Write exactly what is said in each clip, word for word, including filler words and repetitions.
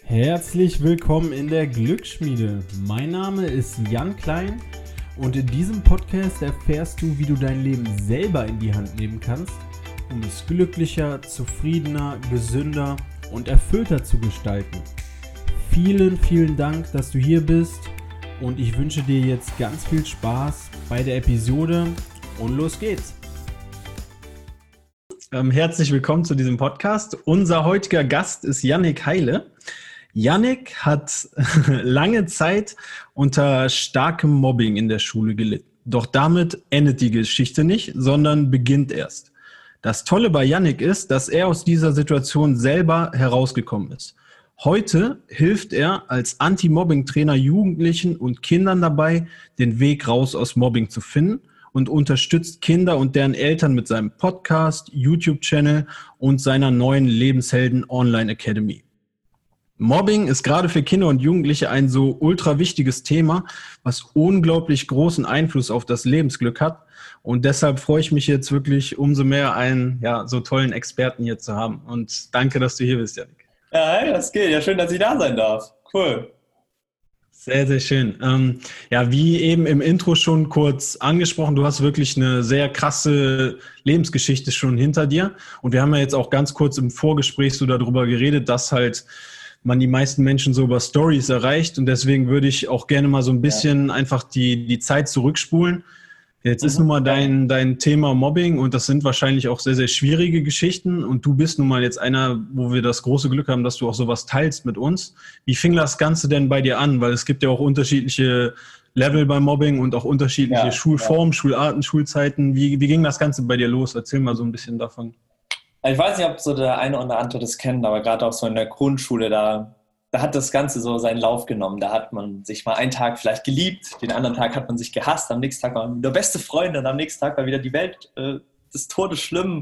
Herzlich willkommen in der Glücksschmiede. Mein Name ist Jan Klein und in diesem Podcast erfährst du, wie du dein Leben selber in die Hand nehmen kannst, um es glücklicher, zufriedener, gesünder und erfüllter zu gestalten. Vielen, vielen Dank, dass du hier bist und ich wünsche dir jetzt ganz viel Spaß bei der Episode und los geht's. Ähm, herzlich willkommen zu diesem Podcast. Unser heutiger Gast ist Yannick Heile. Yannick hat lange Zeit unter starkem Mobbing in der Schule gelitten. Doch damit endet die Geschichte nicht, sondern beginnt erst. Das Tolle bei Yannick ist, dass er aus dieser Situation selber herausgekommen ist. Heute hilft er als Anti-Mobbing-Trainer Jugendlichen und Kindern dabei, den Weg raus aus Mobbing zu finden und unterstützt Kinder und deren Eltern mit seinem Podcast, YouTube-Channel und seiner neuen Lebenshelden Online Academy. Mobbing ist gerade für Kinder und Jugendliche ein so ultra wichtiges Thema, was unglaublich großen Einfluss auf das Lebensglück hat. Und deshalb freue ich mich jetzt wirklich umso mehr, einen ja, so tollen Experten hier zu haben. Und danke, dass du hier bist, Yannick. Ja, hey, das geht. Ja, schön, dass ich da sein darf. Cool. Sehr, sehr schön. Ähm, ja, wie eben im Intro schon kurz angesprochen, du hast wirklich eine sehr krasse Lebensgeschichte schon hinter dir. Und wir haben ja jetzt auch ganz kurz im Vorgespräch so darüber geredet, dass halt man die meisten Menschen so über Stories erreicht. Und deswegen würde ich auch gerne mal so ein bisschen ja. einfach die, die Zeit zurückspulen. Jetzt mhm. ist nun mal dein, dein Thema Mobbing und das sind wahrscheinlich auch sehr, sehr schwierige Geschichten. Und du bist nun mal jetzt einer, wo wir das große Glück haben, dass du auch sowas teilst mit uns. Wie fing das Ganze denn bei dir an? Weil es gibt ja auch unterschiedliche Level beim Mobbing und auch unterschiedliche ja, Schulformen, ja. Schularten, Schulzeiten. Wie, wie ging das Ganze bei dir los? Erzähl mal so ein bisschen davon. Ich weiß nicht, ob so der eine oder andere das kennt, aber gerade auch so in der Grundschule, da, da hat das Ganze so seinen Lauf genommen. Da hat man sich mal einen Tag vielleicht geliebt, den anderen Tag hat man sich gehasst, am nächsten Tag waren wir wieder beste Freunde und am nächsten Tag war wieder die Welt äh, des Todes schlimm.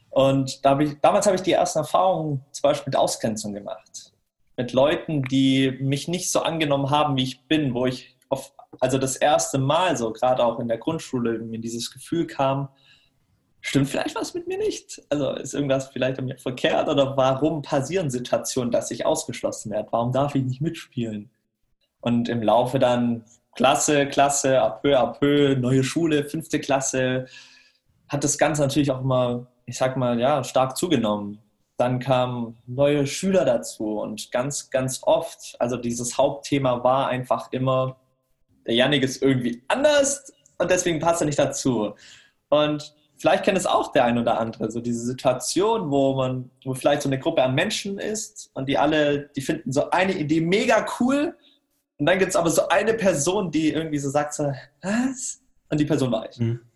Und da hab ich, damals habe ich die ersten Erfahrungen zum Beispiel mit Ausgrenzung gemacht. Mit Leuten, die mich nicht so angenommen haben, wie ich bin, wo ich auf, also das erste Mal so, gerade auch in der Grundschule, mir dieses Gefühl kam, stimmt vielleicht was mit mir nicht? Also ist irgendwas vielleicht an mir verkehrt oder warum passieren Situationen, dass ich ausgeschlossen werde? Warum darf ich nicht mitspielen? Und im Laufe dann Klasse, Klasse, à peu, à peu, neue Schule, fünfte Klasse, hat das Ganze natürlich auch immer, ich sag mal, ja, stark zugenommen. Dann kamen neue Schüler dazu und ganz, ganz oft, also dieses Hauptthema war einfach immer, der Yannick ist irgendwie anders und deswegen passt er nicht dazu. Und vielleicht kennt es auch der ein oder andere, so diese Situation, wo man, wo vielleicht so eine Gruppe an Menschen ist und die alle, die finden so eine Idee mega cool und dann gibt es aber so eine Person, die irgendwie so sagt so, was? Und die Person war ich. Mhm.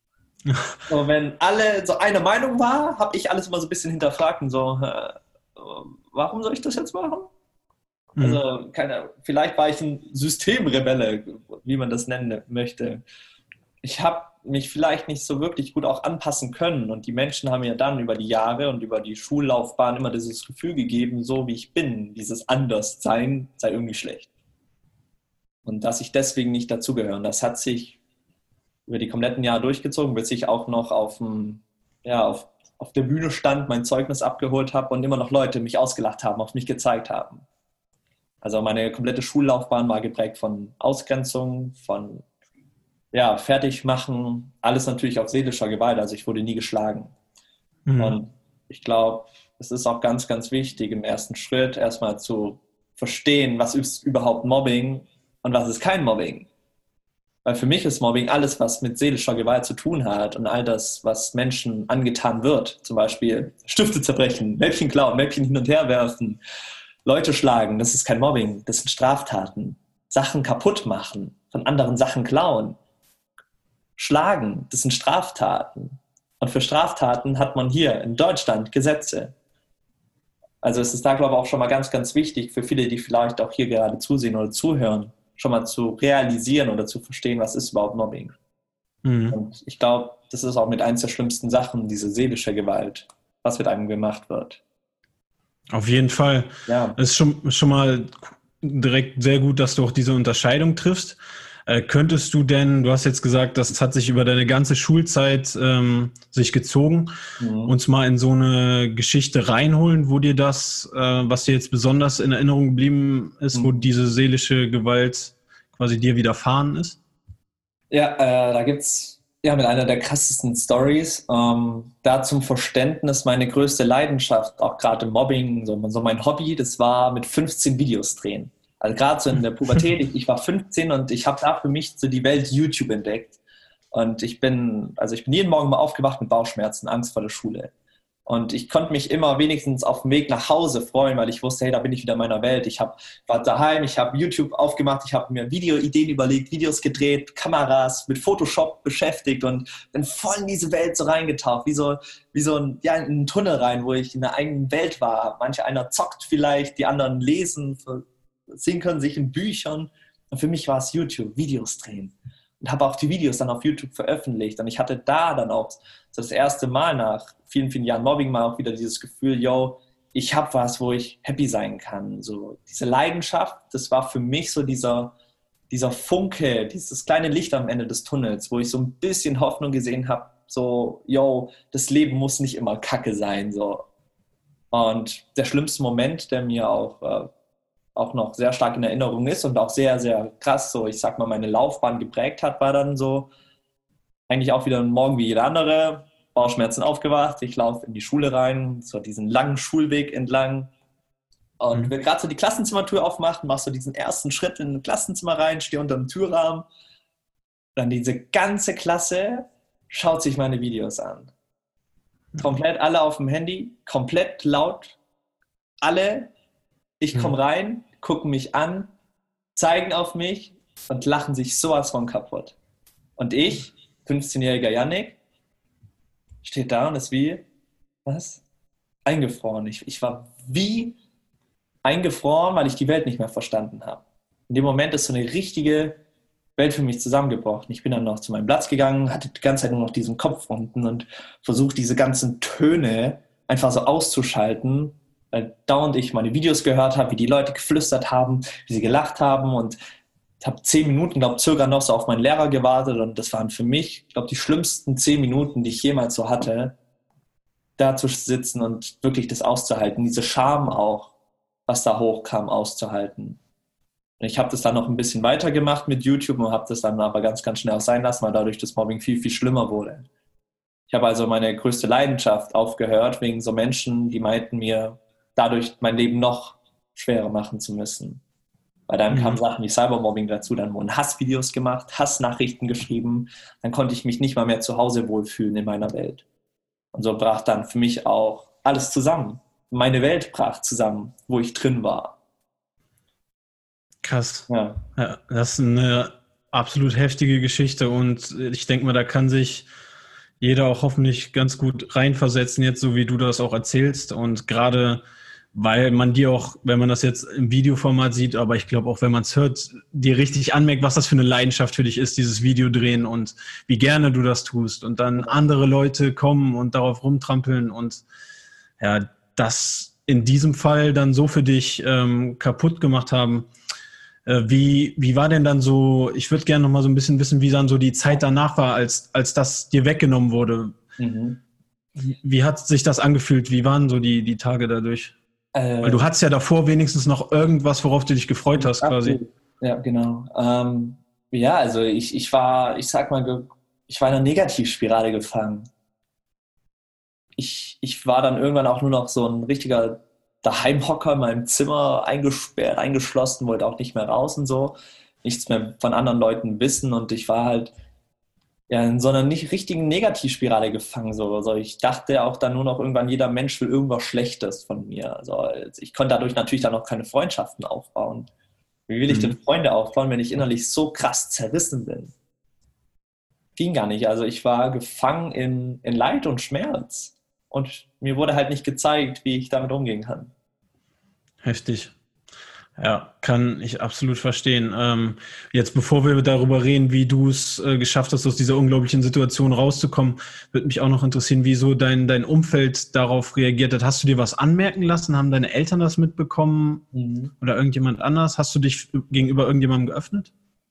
So, wenn alle so eine Meinung war, habe ich alles immer so ein bisschen hinterfragt und so, äh, warum soll ich das jetzt machen? Mhm. Also, keine, vielleicht war ich ein Systemrebelle, wie man das nennen möchte. Ich habe mich vielleicht nicht so wirklich gut auch anpassen können. Und die Menschen haben mir dann über die Jahre und über die Schullaufbahn immer dieses Gefühl gegeben, so wie ich bin, dieses Anderssein sei irgendwie schlecht. Und dass ich deswegen nicht dazugehöre. Und das hat sich über die kompletten Jahre durchgezogen, bis ich auch noch auf, dem, ja, auf, auf der Bühne stand, mein Zeugnis abgeholt habe und immer noch Leute mich ausgelacht haben, auf mich gezeigt haben. Also meine komplette Schullaufbahn war geprägt von Ausgrenzung, von ja, fertig machen, alles natürlich auf seelischer Gewalt, also ich wurde nie geschlagen. Mhm. Und ich glaube, es ist auch ganz, ganz wichtig, im ersten Schritt erstmal zu verstehen, was ist überhaupt Mobbing und was ist kein Mobbing. Weil für mich ist Mobbing alles, was mit seelischer Gewalt zu tun hat und all das, was Menschen angetan wird. Zum Beispiel Stifte zerbrechen, Mäppchen klauen, Mäppchen hin und her werfen, Leute schlagen, das ist kein Mobbing, das sind Straftaten. Sachen kaputt machen, von anderen Sachen klauen. Schlagen, das sind Straftaten. Und für Straftaten hat man hier in Deutschland Gesetze. Also es ist da, glaube ich, auch schon mal ganz, ganz wichtig für viele, die vielleicht auch hier gerade zusehen oder zuhören, schon mal zu realisieren oder zu verstehen, was ist überhaupt Mobbing. Mhm. Und ich glaube, das ist auch mit eins der schlimmsten Sachen, diese seelische Gewalt, was mit einem gemacht wird. Auf jeden Fall. Ja. Es ist schon, schon mal direkt sehr gut, dass du auch diese Unterscheidung triffst. Äh, könntest du denn, du hast jetzt gesagt, das hat sich über deine ganze Schulzeit ähm, sich gezogen, mhm. uns mal in so eine Geschichte reinholen, wo dir das, äh, was dir jetzt besonders in Erinnerung geblieben ist, mhm. wo diese seelische Gewalt quasi dir widerfahren ist? Ja, äh, da gibt's ja mit einer der krassesten Stories. Ähm, da zum Verständnis, meine größte Leidenschaft, auch gerade im Mobbing, so, so mein Hobby, das war mit fünfzehn Videos drehen. Also gerade so in der Pubertät, ich, ich war fünfzehn und ich habe da für mich so die Welt YouTube entdeckt. Und ich bin, also ich bin jeden Morgen mal aufgewacht mit Bauchschmerzen, Angst vor der Schule. Und ich konnte mich immer wenigstens auf dem Weg nach Hause freuen, weil ich wusste, hey, da bin ich wieder in meiner Welt. Ich hab, war daheim, ich habe YouTube aufgemacht, ich habe mir Videoideen überlegt, Videos gedreht, Kameras, mit Photoshop beschäftigt und bin voll in diese Welt so reingetaucht, wie so, wie so ein, ja, in einen Tunnel rein, wo ich in der eigenen Welt war. Manche einer zockt vielleicht, die anderen lesen, sehen können sich in Büchern. Und für mich war es YouTube, Videos drehen. Und habe auch die Videos dann auf YouTube veröffentlicht. Und ich hatte da dann auch das erste Mal nach vielen, vielen Jahren Mobbing mal auch wieder dieses Gefühl, yo, ich habe was, wo ich happy sein kann. So diese Leidenschaft, das war für mich so dieser, dieser Funke, dieses kleine Licht am Ende des Tunnels, wo ich so ein bisschen Hoffnung gesehen habe, so, yo, das Leben muss nicht immer Kacke sein. So. Und der schlimmste Moment, der mir auch... Äh, auch noch sehr stark in Erinnerung ist und auch sehr, sehr krass, so ich sag mal, meine Laufbahn geprägt hat, war dann so eigentlich auch wieder ein Morgen wie jeder andere, Bauchschmerzen aufgewacht, ich laufe in die Schule rein, so diesen langen Schulweg entlang und mhm. will gerade so die Klassenzimmertür aufmachen, mach so diesen ersten Schritt in ein Klassenzimmer rein, stehe unter dem Türrahmen, dann diese ganze Klasse schaut sich meine Videos an. Komplett alle auf dem Handy, komplett laut, alle. Ich komme rein, gucken mich an, zeigen auf mich und lachen sich sowas von kaputt. Und ich, fünfzehnjähriger Yannick, steht da und ist wie, was? Eingefroren. Ich, ich war wie eingefroren, weil ich die Welt nicht mehr verstanden habe. In dem Moment ist so eine richtige Welt für mich zusammengebrochen. Ich bin dann noch zu meinem Platz gegangen, hatte die ganze Zeit nur noch diesen Kopf unten und versucht, diese ganzen Töne einfach so auszuschalten, weil dauernd ich meine Videos gehört habe, wie die Leute geflüstert haben, wie sie gelacht haben und ich habe zehn Minuten, glaube ich, circa noch so auf meinen Lehrer gewartet und das waren für mich, ich glaube, die schlimmsten zehn Minuten, die ich jemals so hatte, da zu sitzen und wirklich das auszuhalten, diese Scham auch, was da hochkam, auszuhalten. Und ich habe das dann noch ein bisschen weitergemacht mit YouTube und habe das dann aber ganz, ganz schnell auch sein lassen, weil dadurch das Mobbing viel, viel schlimmer wurde. Ich habe also meine größte Leidenschaft aufgehört, wegen so Menschen, die meinten mir, dadurch mein Leben noch schwerer machen zu müssen. Weil dann mhm. kamen Sachen wie Cybermobbing dazu, dann wurden Hassvideos gemacht, Hassnachrichten geschrieben, dann konnte ich mich nicht mal mehr zu Hause wohlfühlen in meiner Welt. Und so brach dann für mich auch alles zusammen. Meine Welt brach zusammen, wo ich drin war. Krass. Ja. Ja, das ist eine absolut heftige Geschichte und ich denke mal, da kann sich jeder auch hoffentlich ganz gut reinversetzen, jetzt so wie du das auch erzählst und gerade weil man dir auch, wenn man das jetzt im Videoformat sieht, aber ich glaube auch, wenn man es hört, dir richtig anmerkt, was das für eine Leidenschaft für dich ist, dieses Video drehen und wie gerne du das tust und dann andere Leute kommen und darauf rumtrampeln und ja, das in diesem Fall dann so für dich ähm, kaputt gemacht haben. Äh, wie, wie war denn dann so, ich würde gerne noch mal so ein bisschen wissen, wie dann so die Zeit danach war, als, als das dir weggenommen wurde. Mhm. Wie, wie hat sich das angefühlt? Wie waren so die, die Tage dadurch? Weil du hattest ja davor wenigstens noch irgendwas, worauf du dich gefreut hast, quasi. Ja, genau. Ähm, ja, also ich, ich war, ich sag mal, ich war in einer Negativspirale gefangen. Ich, ich war dann irgendwann auch nur noch so ein richtiger Daheimhocker in meinem Zimmer eingesperrt, eingeschlossen, wollte auch nicht mehr raus und so. Nichts mehr von anderen Leuten wissen und ich war halt ja, in so einer nicht richtigen Negativspirale gefangen. So. Also ich dachte auch dann nur noch irgendwann, jeder Mensch will irgendwas Schlechtes von mir. Also ich konnte dadurch natürlich dann auch keine Freundschaften aufbauen. Wie will ich denn Freunde aufbauen, wenn ich innerlich so krass zerrissen bin? Ging gar nicht. Also ich war gefangen in, in Leid und Schmerz. Und mir wurde halt nicht gezeigt, wie ich damit umgehen kann. Heftig. Ja, kann ich absolut verstehen. Ähm, jetzt, bevor wir darüber reden, wie du es äh, geschafft hast, aus dieser unglaublichen Situation rauszukommen, würde mich auch noch interessieren, wie so dein, dein Umfeld darauf reagiert hat. Hast du dir was anmerken lassen? Haben deine Eltern das mitbekommen? Mhm. Oder irgendjemand anders? Hast du dich gegenüber irgendjemandem geöffnet?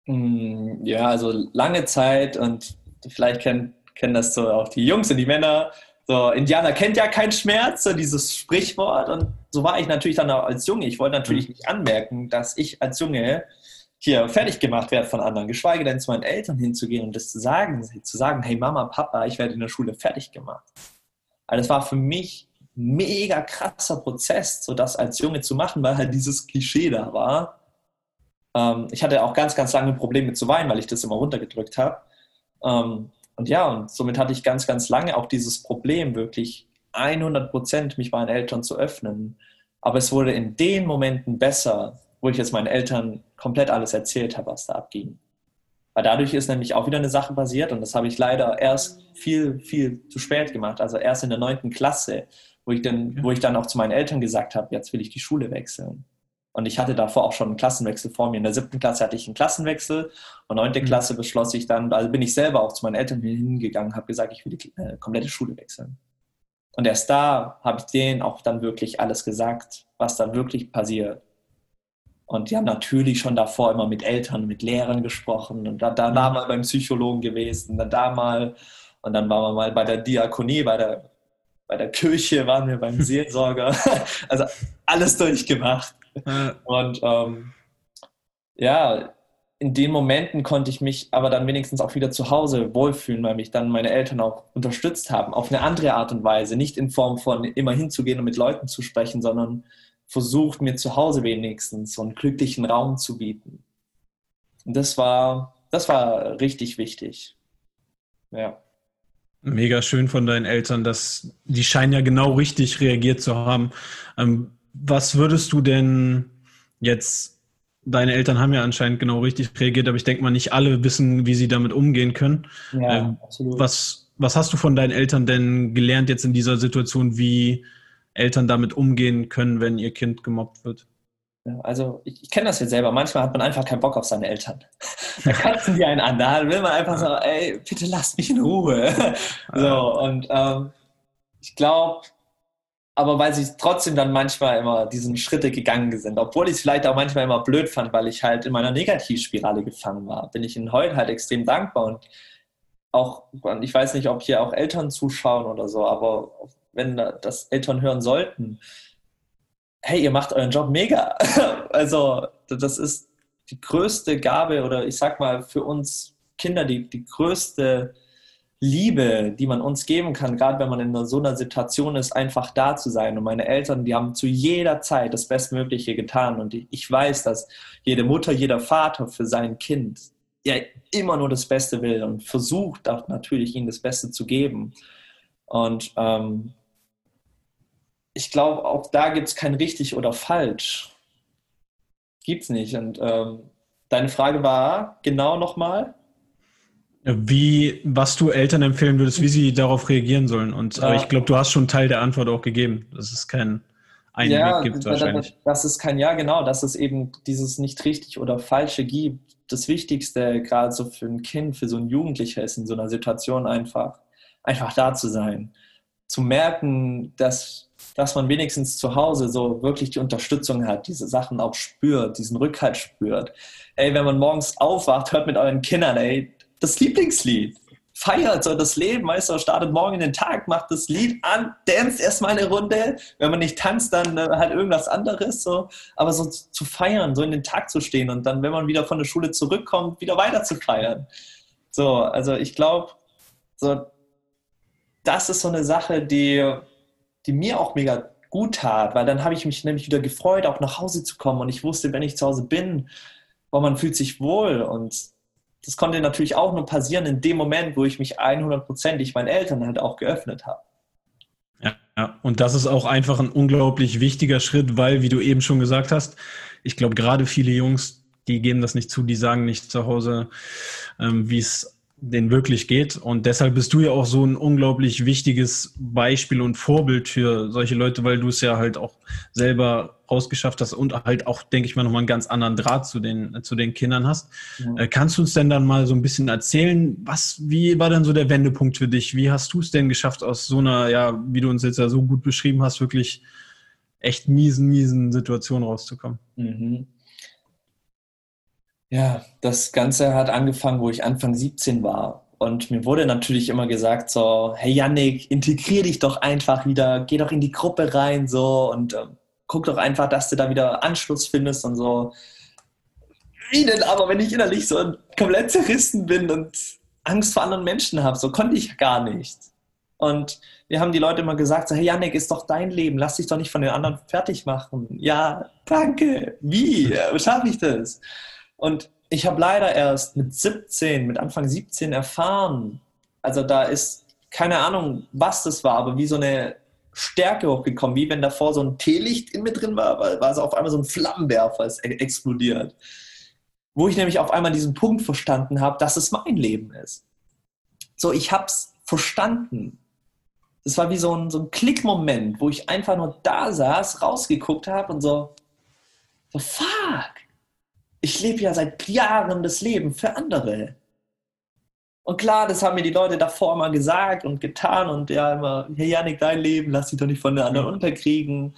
Mm, Ja, also lange Zeit und vielleicht kennen, kennen das so auch die Jungs und die Männer. So, Indianer kennt ja keinen Schmerz, so dieses Sprichwort. Und so war ich natürlich dann auch als Junge. Ich wollte natürlich nicht anmerken, dass ich als Junge hier fertig gemacht werde von anderen, geschweige denn zu meinen Eltern hinzugehen und das zu sagen, zu sagen, hey Mama, Papa, ich werde in der Schule fertig gemacht. Also das war für mich ein mega krasser Prozess, so das als Junge zu machen, weil halt dieses Klischee da war. Ähm, ich hatte auch ganz, ganz lange Probleme zu weinen, weil ich das immer runtergedrückt habe. Ähm, und ja, und somit hatte ich ganz, ganz lange auch dieses Problem, wirklich hundert Prozent mich meinen Eltern zu öffnen. Aber es wurde in den Momenten besser, wo ich jetzt meinen Eltern komplett alles erzählt habe, was da abging. Weil dadurch ist nämlich auch wieder eine Sache passiert und das habe ich leider erst viel, viel zu spät gemacht. Also erst in der neunten Klasse, wo ich, dann, wo ich dann auch zu meinen Eltern gesagt habe, jetzt will ich die Schule wechseln. Und ich hatte davor auch schon einen Klassenwechsel vor mir. In der siebten Klasse hatte ich einen Klassenwechsel und neunte mhm. Klasse beschloss ich dann, also bin ich selber auch zu meinen Eltern hingegangen, habe gesagt, ich will die äh, komplette Schule wechseln. Und erst da habe ich denen auch dann wirklich alles gesagt, was da wirklich passiert. Und die haben natürlich schon davor immer mit Eltern, mit Lehrern gesprochen und dann da, da mal beim Psychologen gewesen, dann da mal und dann waren wir mal bei der Diakonie, bei der, bei der Kirche waren wir beim Seelsorger. Also alles durchgemacht. Und ähm, ja, in den Momenten konnte ich mich aber dann wenigstens auch wieder zu Hause wohlfühlen, weil mich dann meine Eltern auch unterstützt haben, auf eine andere Art und Weise, nicht in Form von immer hinzugehen und mit Leuten zu sprechen, sondern versucht, mir zu Hause wenigstens so einen glücklichen Raum zu bieten. Und das war, das war richtig wichtig. Ja. Mega schön von deinen Eltern, dass die scheinen ja genau richtig reagiert zu haben. Ähm, was würdest du denn jetzt, deine Eltern haben ja anscheinend genau richtig reagiert, aber ich denke mal, nicht alle wissen, wie sie damit umgehen können. Ja, ähm, absolut. Was, was hast du von deinen Eltern denn gelernt jetzt in dieser Situation, wie Eltern damit umgehen können, wenn ihr Kind gemobbt wird? Ja, also ich, ich kenne das jetzt selber. Manchmal hat man einfach keinen Bock auf seine Eltern. Da katzen die einen an. Da will man einfach so, ey, bitte lasst mich in Ruhe. So, und ähm, ich glaube, aber weil sie trotzdem dann manchmal immer diesen Schritte gegangen sind, obwohl ich es vielleicht auch manchmal immer blöd fand, weil ich halt in meiner Negativspirale gefangen war, bin ich ihnen heute halt extrem dankbar. Und auch, und ich weiß nicht, ob hier auch Eltern zuschauen oder so, aber wenn das Eltern hören sollten, hey, ihr macht euren Job mega. Also das ist die größte Gabe oder ich sag mal für uns Kinder die, die größte Liebe, die man uns geben kann, gerade wenn man in so einer Situation ist, einfach da zu sein. Und meine Eltern, die haben zu jeder Zeit das Bestmögliche getan. Und ich weiß, dass jede Mutter, jeder Vater für sein Kind ja immer nur das Beste will und versucht auch natürlich, ihnen das Beste zu geben. Und ähm, ich glaube, auch da gibt es kein richtig oder falsch. Gibt's nicht. Und ähm, deine Frage war genau nochmal? Wie, was du Eltern empfehlen würdest, wie sie darauf reagieren sollen. Und Ja. Aber ich glaube, du hast schon einen Teil der Antwort auch gegeben, dass es keinen einen Ja, Weg gibt da- wahrscheinlich. da- dass es kein Ja, genau, dass es eben dieses nicht richtig oder falsche gibt. Das Wichtigste gerade so für ein Kind, für so einen Jugendlicher ist in so einer Situation einfach, einfach da zu sein. Zu merken, dass, dass man wenigstens zu Hause so wirklich die Unterstützung hat, diese Sachen auch spürt, diesen Rückhalt spürt. Ey, wenn man morgens aufwacht, hört mit euren Kindern, ey, das Lieblingslied. Feiert so das Leben, weißt du, startet morgen in den Tag, macht das Lied an, tanzt erstmal eine Runde. Wenn man nicht tanzt, dann äh, halt irgendwas anderes. So. Aber so zu feiern, so in den Tag zu stehen und dann, wenn man wieder von der Schule zurückkommt, wieder weiter zu feiern. So, also ich glaube, so, das ist so eine Sache, die, die mir auch mega gut tat, weil dann habe ich mich nämlich wieder gefreut, auch nach Hause zu kommen und ich wusste, wenn ich zu Hause bin, boah, man fühlt sich wohl und das konnte natürlich auch nur passieren in dem Moment, wo ich mich hundertprozentig meinen Eltern halt auch geöffnet habe. Ja, ja, und das ist auch einfach ein unglaublich wichtiger Schritt, weil, wie du eben schon gesagt hast, ich glaube, gerade viele Jungs, die geben das nicht zu, die sagen nicht zu Hause, ähm, wie es denen wirklich geht. Und deshalb bist du ja auch so ein unglaublich wichtiges Beispiel und Vorbild für solche Leute, weil du es ja halt auch selber rausgeschafft hast und halt auch, denke ich mal, nochmal einen ganz anderen Draht zu den, zu den Kindern hast. Mhm. Äh, kannst du uns denn dann mal so ein bisschen erzählen, was, wie war denn so der Wendepunkt für dich? Wie hast du es denn geschafft, aus so einer, ja, wie du uns jetzt ja so gut beschrieben hast, wirklich echt miesen, miesen Situation rauszukommen? Mhm. Ja, das Ganze hat angefangen, wo ich Anfang siebzehn war. Und mir wurde natürlich immer gesagt so, hey Yannick, integrier dich doch einfach wieder, geh doch in die Gruppe rein so und ähm, guck doch einfach, dass du da wieder Anschluss findest und so. Wie denn aber, wenn ich innerlich so komplett zerrissen bin und Angst vor anderen Menschen habe, so konnte ich gar nicht. Und wir haben die Leute immer gesagt, so, hey Yannick, ist doch dein Leben, lass dich doch nicht von den anderen fertig machen. Ja, danke. Wie? Wie schaffe ich das? Und ich habe leider erst mit siebzehn, mit Anfang siebzehn erfahren, also da ist keine Ahnung, was das war, aber wie so eine Stärke hochgekommen, wie wenn davor so ein Teelicht in mir drin war, war, war es auf einmal so ein Flammenwerfer, es e- explodiert. Wo ich nämlich auf einmal diesen Punkt verstanden habe, dass es mein Leben ist. So, ich habe es verstanden. Das war wie so ein, so ein Klickmoment, wo ich einfach nur da saß, rausgeguckt habe und so, so fuck. Ich lebe ja seit Jahren das Leben für andere. Und klar, das haben mir die Leute davor immer gesagt und getan und ja immer, hey Yannick, dein Leben, lass dich doch nicht von den anderen unterkriegen.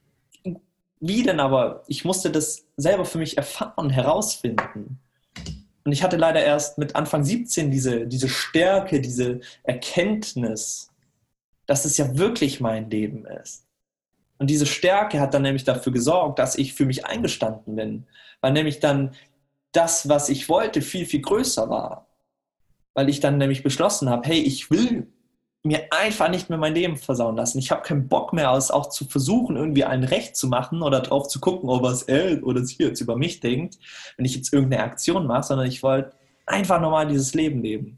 Wie denn aber? Ich musste das selber für mich erfahren, herausfinden. Und ich hatte leider erst mit Anfang siebzehn diese, diese Stärke, diese Erkenntnis, dass es ja wirklich mein Leben ist. Und diese Stärke hat dann nämlich dafür gesorgt, dass ich für mich eingestanden bin. Weil nämlich dann das, was ich wollte, viel, viel größer war. Weil ich dann nämlich beschlossen habe, hey, ich will mir einfach nicht mehr mein Leben versauen lassen. Ich habe keinen Bock mehr, aus auch zu versuchen, irgendwie allen recht zu machen oder drauf zu gucken, ob was er oder sie jetzt über mich denkt, wenn ich jetzt irgendeine Aktion mache, sondern ich wollte einfach normal dieses Leben leben.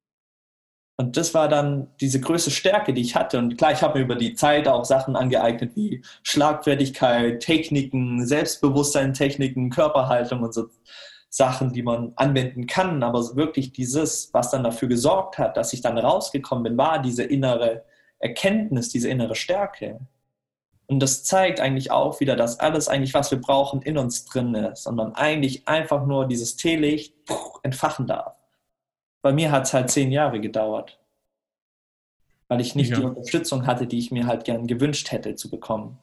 Und das war dann diese größte Stärke, die ich hatte. Und klar, ich habe mir über die Zeit auch Sachen angeeignet wie Schlagfertigkeit, Techniken, Selbstbewusstsein, Techniken, Körperhaltung und so Sachen, die man anwenden kann. Aber wirklich dieses, was dann dafür gesorgt hat, dass ich dann rausgekommen bin, war diese innere Erkenntnis, diese innere Stärke. Und das zeigt eigentlich auch wieder, dass alles eigentlich, was wir brauchen, in uns drin ist. Und man eigentlich einfach nur dieses Teelicht entfachen darf. Bei mir hat es halt zehn Jahre gedauert, weil ich nicht Ja. die Unterstützung hatte, die ich mir halt gern gewünscht hätte zu bekommen.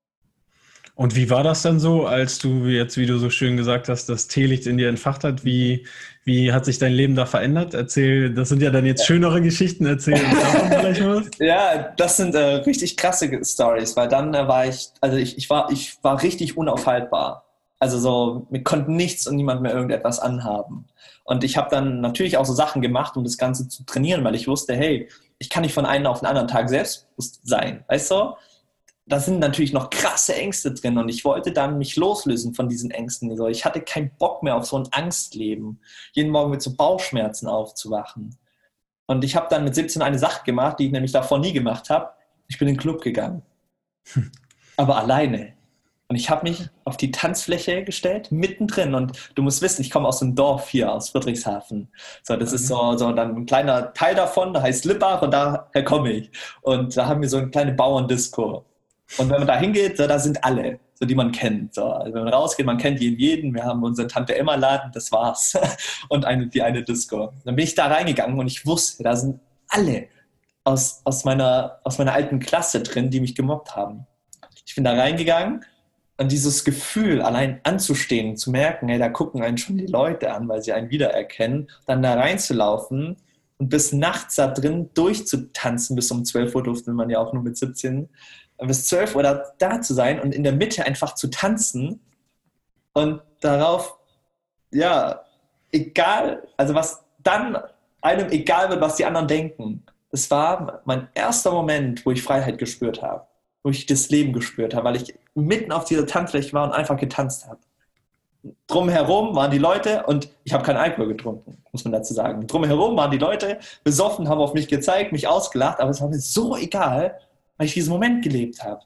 Und wie war das dann so, als du jetzt, wie du so schön gesagt hast, das Teelicht in dir entfacht hat? Wie, wie hat sich dein Leben da verändert? Erzähl, das sind ja dann jetzt schönere Geschichten, erzähl uns davon vielleicht was. Ja, das sind äh, richtig krasse Stories, weil dann äh, war ich, also ich, ich, war, ich war richtig unaufhaltbar. Also so, mir konnte nichts und niemand mehr irgendetwas anhaben. Und ich habe dann natürlich auch so Sachen gemacht, um das Ganze zu trainieren, weil ich wusste, hey, ich kann nicht von einem auf den anderen Tag selbstbewusst sein, weißt du? Da sind natürlich noch krasse Ängste drin und ich wollte dann mich loslösen von diesen Ängsten. Also ich hatte keinen Bock mehr auf so ein Angstleben, jeden Morgen mit so Bauchschmerzen aufzuwachen. Und ich habe dann mit siebzehn eine Sache gemacht, die ich nämlich davor nie gemacht habe. Ich bin in den Club gegangen, aber alleine. Und ich habe mich auf die Tanzfläche gestellt, mittendrin. Und du musst wissen, ich komme aus einem Dorf hier, aus Friedrichshafen. So, das ist so, so dann ein kleiner Teil davon, da heißt Lippach und daher komme ich. Und da haben wir so eine kleine Bauerndisco. Und wenn man da hingeht, so, da sind alle, so die man kennt. So, also wenn man rausgeht, man kennt jeden, jeden. Wir haben unseren Tante-Emma-Laden, das war's. Und eine, die eine Disco. Dann bin ich da reingegangen und ich wusste, da sind alle aus, aus, meiner, aus meiner alten Klasse drin, die mich gemobbt haben. Ich bin da reingegangen. Und dieses Gefühl, allein anzustehen, zu merken, hey, da gucken einen schon die Leute an, weil sie einen wiedererkennen, dann da reinzulaufen und bis nachts da drin durchzutanzen, bis um zwölf Uhr durfte man ja auch nur mit siebzehn, bis zwölf Uhr da, da zu sein und in der Mitte einfach zu tanzen und darauf, ja, egal, also was dann einem egal wird, was die anderen denken. Das war mein erster Moment, wo ich Freiheit gespürt habe. Wo ich das Leben gespürt habe, weil ich mitten auf dieser Tanzfläche war und einfach getanzt habe. Drumherum waren die Leute, und ich habe keinen Alkohol getrunken, muss man dazu sagen. Drumherum waren die Leute besoffen, haben auf mich gezeigt, mich ausgelacht, aber es war mir so egal, weil ich diesen Moment gelebt habe.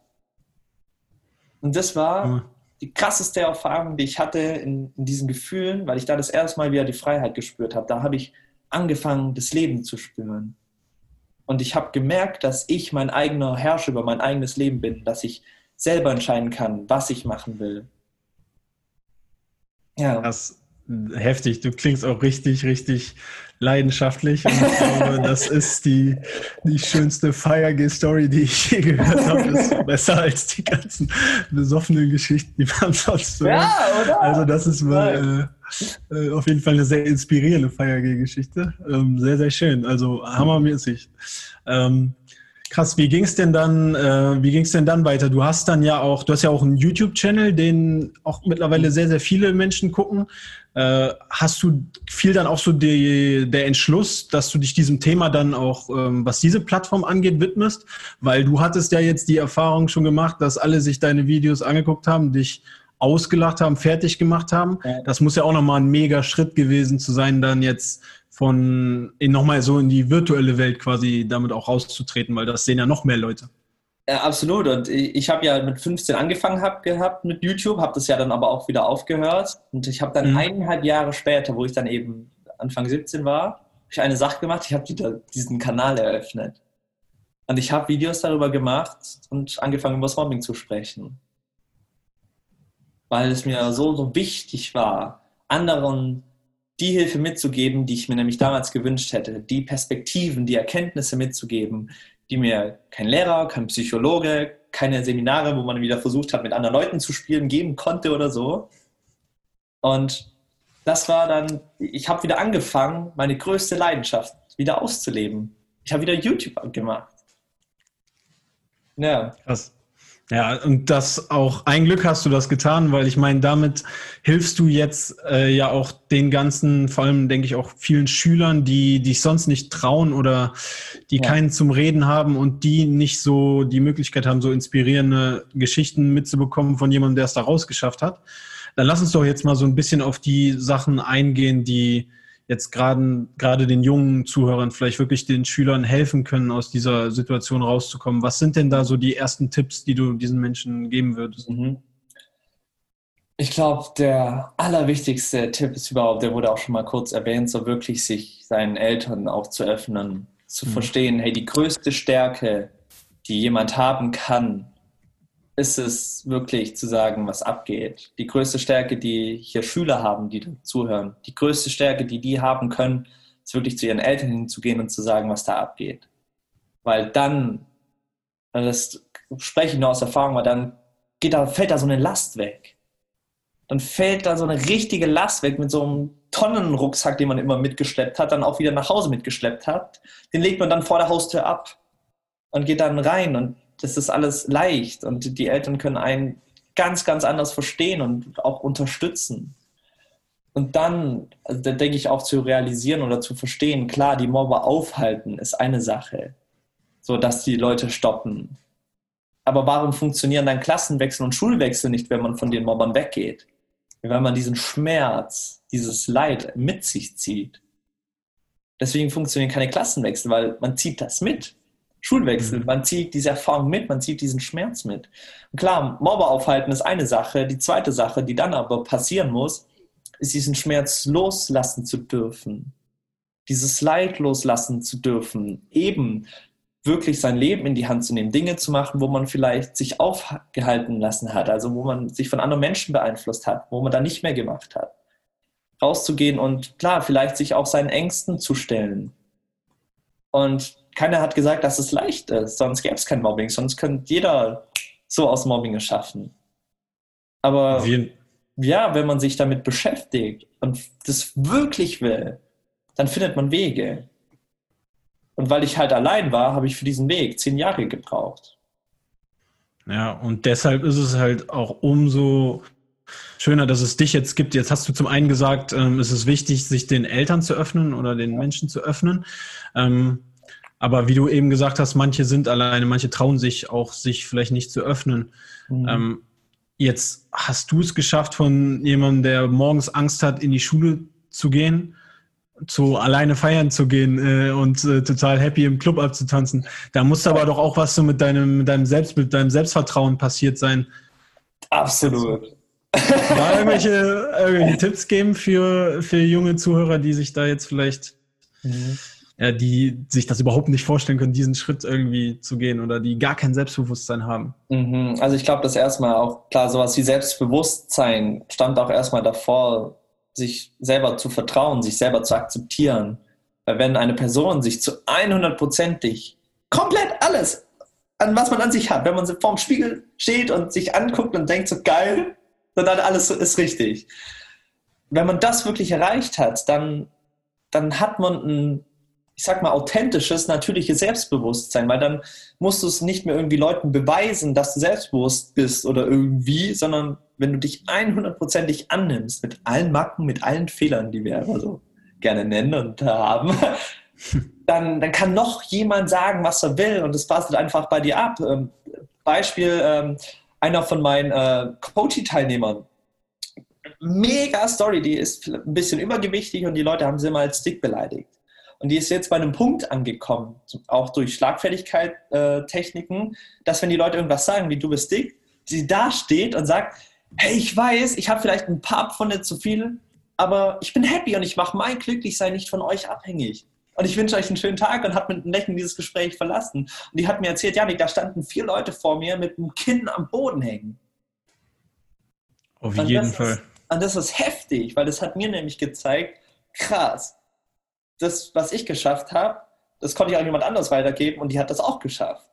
Und das war Mhm. die krasseste Erfahrung, die ich hatte in, in diesen Gefühlen, weil ich da das erste Mal wieder die Freiheit gespürt habe. Da habe ich angefangen, das Leben zu spüren. Und ich habe gemerkt, dass ich mein eigener Herrscher über mein eigenes Leben bin, dass ich selber entscheiden kann, was ich machen will. Ja. Das, Heftig, du klingst auch richtig, richtig leidenschaftlich und ich glaube, das ist die, die schönste Feier-G-Story, die ich je gehört habe. Das ist besser als die ganzen besoffenen Geschichten, die man sonst so Ja, oder? Also das ist mal äh, äh, auf jeden Fall eine sehr inspirierende Feier-G-Geschichte. Ähm, sehr, sehr schön, also hammermäßig. Ähm, Krass, wie ging's denn dann, äh, wie ging's denn dann weiter? Du hast dann ja auch, du hast ja auch einen YouTube-Channel, den auch mittlerweile sehr, sehr viele Menschen gucken. Äh, hast du viel dann auch so die, der Entschluss, dass du dich diesem Thema dann auch, ähm, was diese Plattform angeht, widmest? Weil du hattest ja jetzt die Erfahrung schon gemacht, dass alle sich deine Videos angeguckt haben, dich ausgelacht haben, fertig gemacht haben. Ja. Das muss ja auch nochmal ein mega Schritt gewesen zu sein, dann jetzt von in nochmal so in die virtuelle Welt quasi damit auch rauszutreten, weil das sehen ja noch mehr Leute. Ja, absolut. Und ich habe ja mit fünfzehn angefangen hab, gehabt mit YouTube, habe das ja dann aber auch wieder aufgehört. Und ich habe dann mhm. eineinhalb Jahre später, wo ich dann eben Anfang siebzehn war, habe ich eine Sache gemacht, ich habe wieder diesen Kanal eröffnet. Und ich habe Videos darüber gemacht und angefangen, über das Mobbing zu sprechen. Weil es mir so, so wichtig war, anderen die Hilfe mitzugeben, die ich mir nämlich damals gewünscht hätte, die Perspektiven, die Erkenntnisse mitzugeben, die mir kein Lehrer, kein Psychologe, keine Seminare, wo man wieder versucht hat, mit anderen Leuten zu spielen, geben konnte oder so. Und das war dann, ich habe wieder angefangen, meine größte Leidenschaft wieder auszuleben. Ich habe wieder YouTube gemacht. Ja. Krass. Ja, und das auch, ein Glück hast du das getan, weil ich meine, damit hilfst du jetzt äh, ja auch den ganzen, vor allem denke ich auch vielen Schülern, die dich sonst nicht trauen oder die ja. keinen zum Reden haben und die nicht so die Möglichkeit haben, so inspirierende Geschichten mitzubekommen von jemandem, der es da rausgeschafft hat. Dann lass uns doch jetzt mal so ein bisschen auf die Sachen eingehen, die jetzt gerade gerade den jungen Zuhörern, vielleicht wirklich den Schülern helfen können, aus dieser Situation rauszukommen. Was sind denn da so die ersten Tipps, die du diesen Menschen geben würdest? Ich glaube, der allerwichtigste Tipp ist überhaupt, der wurde auch schon mal kurz erwähnt, so wirklich sich seinen Eltern auch zu öffnen, zu mhm. verstehen, hey, die größte Stärke, die jemand haben kann, ist es wirklich zu sagen, was abgeht. Die größte Stärke, die hier Schüler haben, die zuhören, die größte Stärke, die die haben können, ist wirklich zu ihren Eltern hinzugehen und zu sagen, was da abgeht. Weil dann, das spreche ich nur aus Erfahrung, weil dann geht da, fällt da so eine Last weg. Dann fällt da so eine richtige Last weg mit so einem Tonnenrucksack, den man immer mitgeschleppt hat, dann auch wieder nach Hause mitgeschleppt hat. Den legt man dann vor der Haustür ab und geht dann rein und das ist alles leicht und die Eltern können einen ganz, ganz anders verstehen und auch unterstützen. Und dann, also da denke ich auch zu realisieren oder zu verstehen, klar, die Mobber aufhalten ist eine Sache, so dass die Leute stoppen. Aber warum funktionieren dann Klassenwechsel und Schulwechsel nicht, wenn man von den Mobbern weggeht? Wenn man diesen Schmerz, dieses Leid mit sich zieht. Deswegen funktionieren keine Klassenwechsel, weil man zieht das mit. Schulwechsel, man zieht diese Erfahrung mit, man zieht diesen Schmerz mit. Und klar, Mobber aufhalten ist eine Sache. Die zweite Sache, die dann aber passieren muss, ist diesen Schmerz loslassen zu dürfen. Dieses Leid loslassen zu dürfen. Eben wirklich sein Leben in die Hand zu nehmen. Dinge zu machen, wo man vielleicht sich aufgehalten lassen hat. Also wo man sich von anderen Menschen beeinflusst hat. Wo man da nicht mehr gemacht hat. Rauszugehen und klar, vielleicht sich auch seinen Ängsten zu stellen. Und keiner hat gesagt, dass es leicht ist, sonst gäbe es kein Mobbing, sonst könnte jeder so aus Mobbing schaffen. Aber ja, wenn man sich damit beschäftigt und das wirklich will, dann findet man Wege. Und weil ich halt allein war, habe ich für diesen Weg zehn Jahre gebraucht. Ja, und deshalb ist es halt auch umso schöner, dass es dich jetzt gibt. Jetzt hast du zum einen gesagt, ähm, es ist wichtig, sich den Eltern zu öffnen oder den Menschen zu öffnen. Ähm, Aber wie du eben gesagt hast, manche sind alleine, manche trauen sich auch, sich vielleicht nicht zu öffnen. Mhm. Ähm, jetzt hast du es geschafft, von jemandem, der morgens Angst hat, in die Schule zu gehen, zu alleine feiern zu gehen äh, und äh, total happy im Club abzutanzen. Da muss aber doch auch was so mit deinem, mit deinem Selbstbild, deinem Selbstvertrauen passiert sein. Absolut. Da irgendwelche, irgendwelche Tipps geben für, für junge Zuhörer, die sich da jetzt vielleicht... Mhm. Ja, die sich das überhaupt nicht vorstellen können, diesen Schritt irgendwie zu gehen oder die gar kein Selbstbewusstsein haben. Also ich glaube, dass erstmal auch, klar, sowas wie Selbstbewusstsein stammt auch erstmal davor, sich selber zu vertrauen, sich selber zu akzeptieren. Weil wenn eine Person sich zu hundertprozentig komplett alles, an was man an sich hat, wenn man vorm Spiegel steht und sich anguckt und denkt so geil, dann alles ist richtig. Wenn man das wirklich erreicht hat, dann, dann hat man ein, ich sag mal, authentisches, natürliches Selbstbewusstsein, weil dann musst du es nicht mehr irgendwie Leuten beweisen, dass du selbstbewusst bist oder irgendwie, sondern wenn du dich hundertprozentig annimmst, mit allen Macken, mit allen Fehlern, die wir immer so gerne nennen und haben, dann, dann kann noch jemand sagen, was er will und es passt einfach bei dir ab. Ähm, Beispiel, ähm, einer von meinen äh, Coaching-Teilnehmern, mega Story, die ist ein bisschen übergewichtig und die Leute haben sie immer als dick beleidigt. Und die ist jetzt bei einem Punkt angekommen, auch durch Schlagfertigkeit-Techniken, dass wenn die Leute irgendwas sagen, wie du bist dick, sie da steht und sagt, hey, ich weiß, ich habe vielleicht ein paar Pfunde zu viel, aber ich bin happy und ich mache mein Glücklichsein nicht von euch abhängig. Und ich wünsche euch einen schönen Tag und hat mit einem Lächeln dieses Gespräch verlassen. Und die hat mir erzählt, Janik, da standen vier Leute vor mir mit dem Kinn am Boden hängen. Auf und jeden das Fall. Ist, und das ist heftig, weil das hat mir nämlich gezeigt, krass, das, was ich geschafft habe, das konnte ich auch jemand anderes weitergeben und die hat das auch geschafft.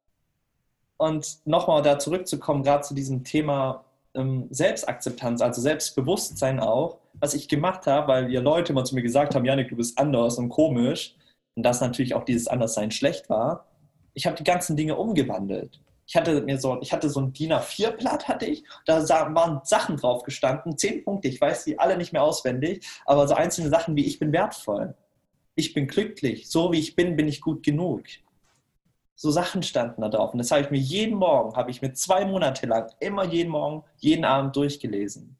Und nochmal da zurückzukommen, gerade zu diesem Thema ähm, Selbstakzeptanz, also Selbstbewusstsein auch, was ich gemacht habe, weil wir Leute immer zu mir gesagt haben, Janik, du bist anders und komisch und dass natürlich auch dieses Anderssein schlecht war. Ich habe die ganzen Dinge umgewandelt. Ich hatte mir so, ich hatte so ein DIN A vier Blatt, hatte ich, da waren Sachen drauf gestanden, zehn Punkte, ich weiß die alle nicht mehr auswendig, aber so einzelne Sachen wie ich bin wertvoll, ich bin glücklich, so wie ich bin, bin ich gut genug. So Sachen standen da drauf und das habe ich mir jeden Morgen, habe ich mir zwei Monate lang, immer jeden Morgen, jeden Abend durchgelesen.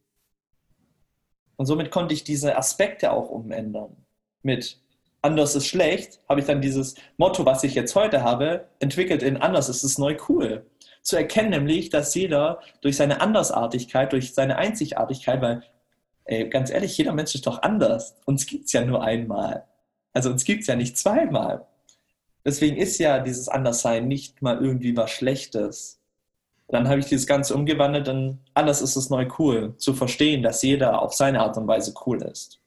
Und somit konnte ich diese Aspekte auch umändern. Mit anders ist schlecht, habe ich dann dieses Motto, was ich jetzt heute habe, entwickelt in anders ist es neu cool. Zu erkennen nämlich, dass jeder durch seine Andersartigkeit, durch seine Einzigartigkeit, weil, ey, ganz ehrlich, jeder Mensch ist doch anders. Uns gibt es ja nur einmal. Also uns gibt es ja nicht zweimal. Deswegen ist ja dieses Anderssein nicht mal irgendwie was Schlechtes. Dann habe ich dieses Ganze umgewandelt und anders ist es neu cool, zu verstehen, dass jeder auf seine Art und Weise cool ist.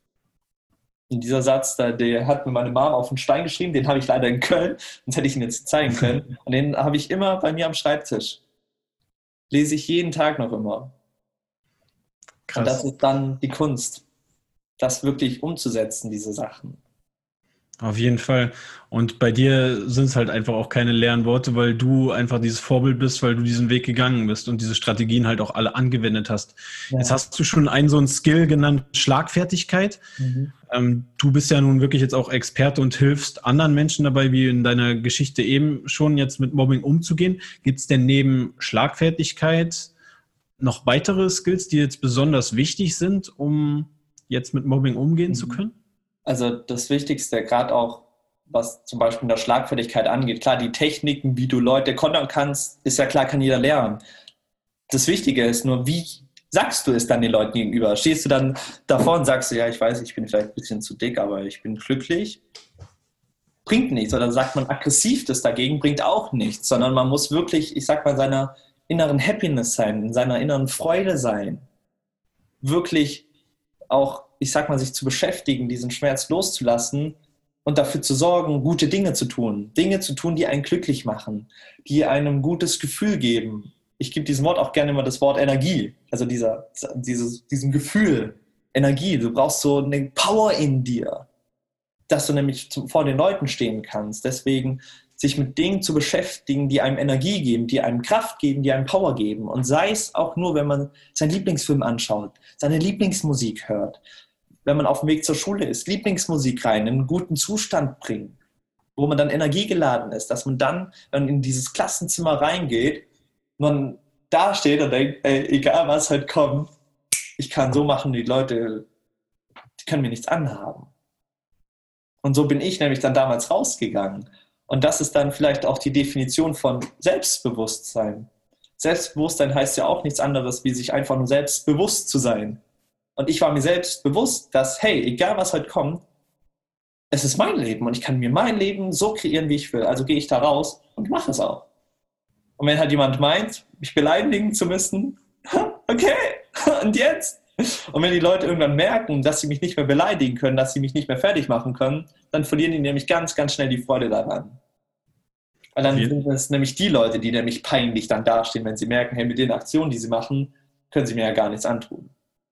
Und dieser Satz, der, der hat mir meine Mama auf den Stein geschrieben, den habe ich leider in Köln, sonst hätte ich ihn jetzt zeigen können. Und den habe ich immer bei mir am Schreibtisch. Lese ich jeden Tag noch immer. Krass. Und das ist dann die Kunst, das wirklich umzusetzen, diese Sachen. Auf jeden Fall. Und bei dir sind es halt einfach auch keine leeren Worte, weil du einfach dieses Vorbild bist, weil du diesen Weg gegangen bist und diese Strategien halt auch alle angewendet hast. Ja. Jetzt hast du schon einen so einen Skill genannt, Schlagfertigkeit. Mhm. Ähm, du bist ja nun wirklich jetzt auch Experte und hilfst anderen Menschen dabei, wie in deiner Geschichte eben schon, jetzt mit Mobbing umzugehen. Gibt es denn neben Schlagfertigkeit noch weitere Skills, die jetzt besonders wichtig sind, um jetzt mit Mobbing umgehen mhm. zu können? Also das Wichtigste, gerade auch, was zum Beispiel in der Schlagfertigkeit angeht, klar, die Techniken, wie du Leute kontern kannst, ist ja klar, kann jeder lernen. Das Wichtige ist nur, wie sagst du es dann den Leuten gegenüber? Stehst du dann davor und sagst, ja, ich weiß, ich bin vielleicht ein bisschen zu dick, aber ich bin glücklich? Bringt nichts. Oder sagt man aggressiv das dagegen, bringt auch nichts, sondern man muss wirklich, ich sag mal, in seiner inneren Happiness sein, in seiner inneren Freude sein. Wirklich auch, ich sag mal, sich zu beschäftigen, diesen Schmerz loszulassen und dafür zu sorgen, gute Dinge zu tun. Dinge zu tun, die einen glücklich machen, die einem ein gutes Gefühl geben. Ich gebe diesem Wort auch gerne immer das Wort Energie. Also dieser, dieses, diesem Gefühl, Energie. Du brauchst so eine Power in dir, dass du nämlich vor den Leuten stehen kannst. Deswegen sich mit Dingen zu beschäftigen, die einem Energie geben, die einem Kraft geben, die einem Power geben. Und sei es auch nur, wenn man seinen Lieblingsfilm anschaut, seine Lieblingsmusik hört, wenn man auf dem Weg zur Schule ist, Lieblingsmusik rein, in einen guten Zustand bringen, wo man dann energiegeladen ist, dass man dann, wenn man in dieses Klassenzimmer reingeht, man da steht und denkt, ey, egal was halt kommt, ich kann so machen, die Leute, die können mir nichts anhaben. Und so bin ich nämlich dann damals rausgegangen. Und das ist dann vielleicht auch die Definition von Selbstbewusstsein. Selbstbewusstsein heißt ja auch nichts anderes, wie sich einfach nur selbstbewusst zu sein. Und ich war mir selbst bewusst, dass, hey, egal was heute kommt, es ist mein Leben und ich kann mir mein Leben so kreieren, wie ich will. Also gehe ich da raus und mache es auch. Und wenn halt jemand meint, mich beleidigen zu müssen, okay, und jetzt? Und wenn die Leute irgendwann merken, dass sie mich nicht mehr beleidigen können, dass sie mich nicht mehr fertig machen können, dann verlieren die nämlich ganz, ganz schnell die Freude daran. Weil dann sind es nämlich die Leute, die nämlich peinlich dann dastehen, wenn sie merken, hey, mit den Aktionen, die sie machen, können sie mir ja gar nichts antun.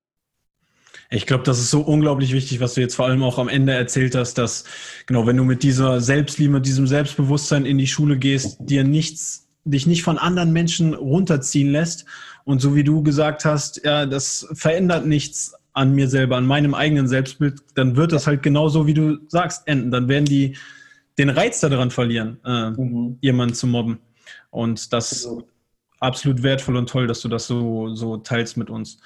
Ich glaube, das ist so unglaublich wichtig, was du jetzt vor allem auch am Ende erzählt hast, dass, genau, wenn du mit dieser Selbstliebe, mit diesem Selbstbewusstsein in die Schule gehst, dir nichts, dich nicht von anderen Menschen runterziehen lässt und so wie du gesagt hast, ja, das verändert nichts an mir selber, an meinem eigenen Selbstbild, dann wird das halt genauso, wie du sagst, enden. Dann werden die den Reiz daran verlieren, äh, mhm. jemanden zu mobben. Und das ist also absolut wertvoll und toll, dass du das so, so teilst mit uns.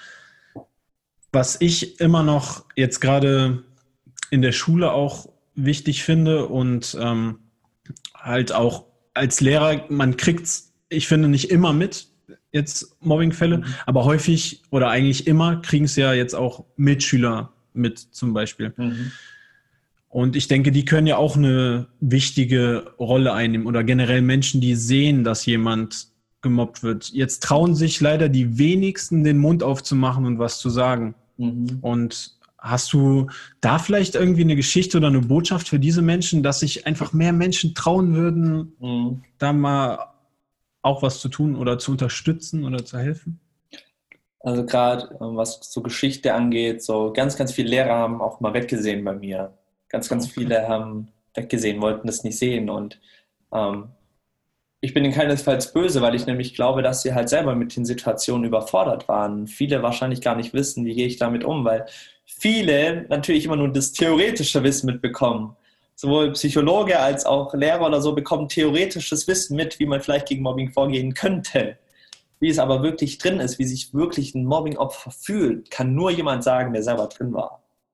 Was ich immer noch jetzt gerade in der Schule auch wichtig finde und ähm, halt auch als Lehrer, man kriegt's, ich finde, nicht immer mit, jetzt Mobbingfälle, mhm. aber häufig oder eigentlich immer kriegen es ja jetzt auch Mitschüler mit zum Beispiel. Mhm. Und ich denke, die können ja auch eine wichtige Rolle einnehmen oder generell Menschen, die sehen, dass jemand gemobbt wird. Jetzt trauen sich leider die wenigsten, den Mund aufzumachen und was zu sagen. Mhm. Und hast du da vielleicht irgendwie eine Geschichte oder eine Botschaft für diese Menschen, dass sich einfach mehr Menschen trauen würden, mhm. da mal auch was zu tun oder zu unterstützen oder zu helfen? Also gerade was so Geschichte angeht, so ganz, ganz viele Lehrer haben auch mal weggesehen bei mir. Ganz, ganz viele haben weggesehen, wollten das nicht sehen. Und ähm, ich bin ihnen keinesfalls böse, weil ich nämlich glaube, dass sie halt selber mit den Situationen überfordert waren. Viele wahrscheinlich gar nicht wissen, wie gehe ich damit um, weil viele natürlich immer nur das theoretische Wissen mitbekommen. Sowohl Psychologe als auch Lehrer oder so bekommen theoretisches Wissen mit, wie man vielleicht gegen Mobbing vorgehen könnte. Wie es aber wirklich drin ist, wie sich wirklich ein Mobbing-Opfer fühlt, kann nur jemand sagen, der selber drin war.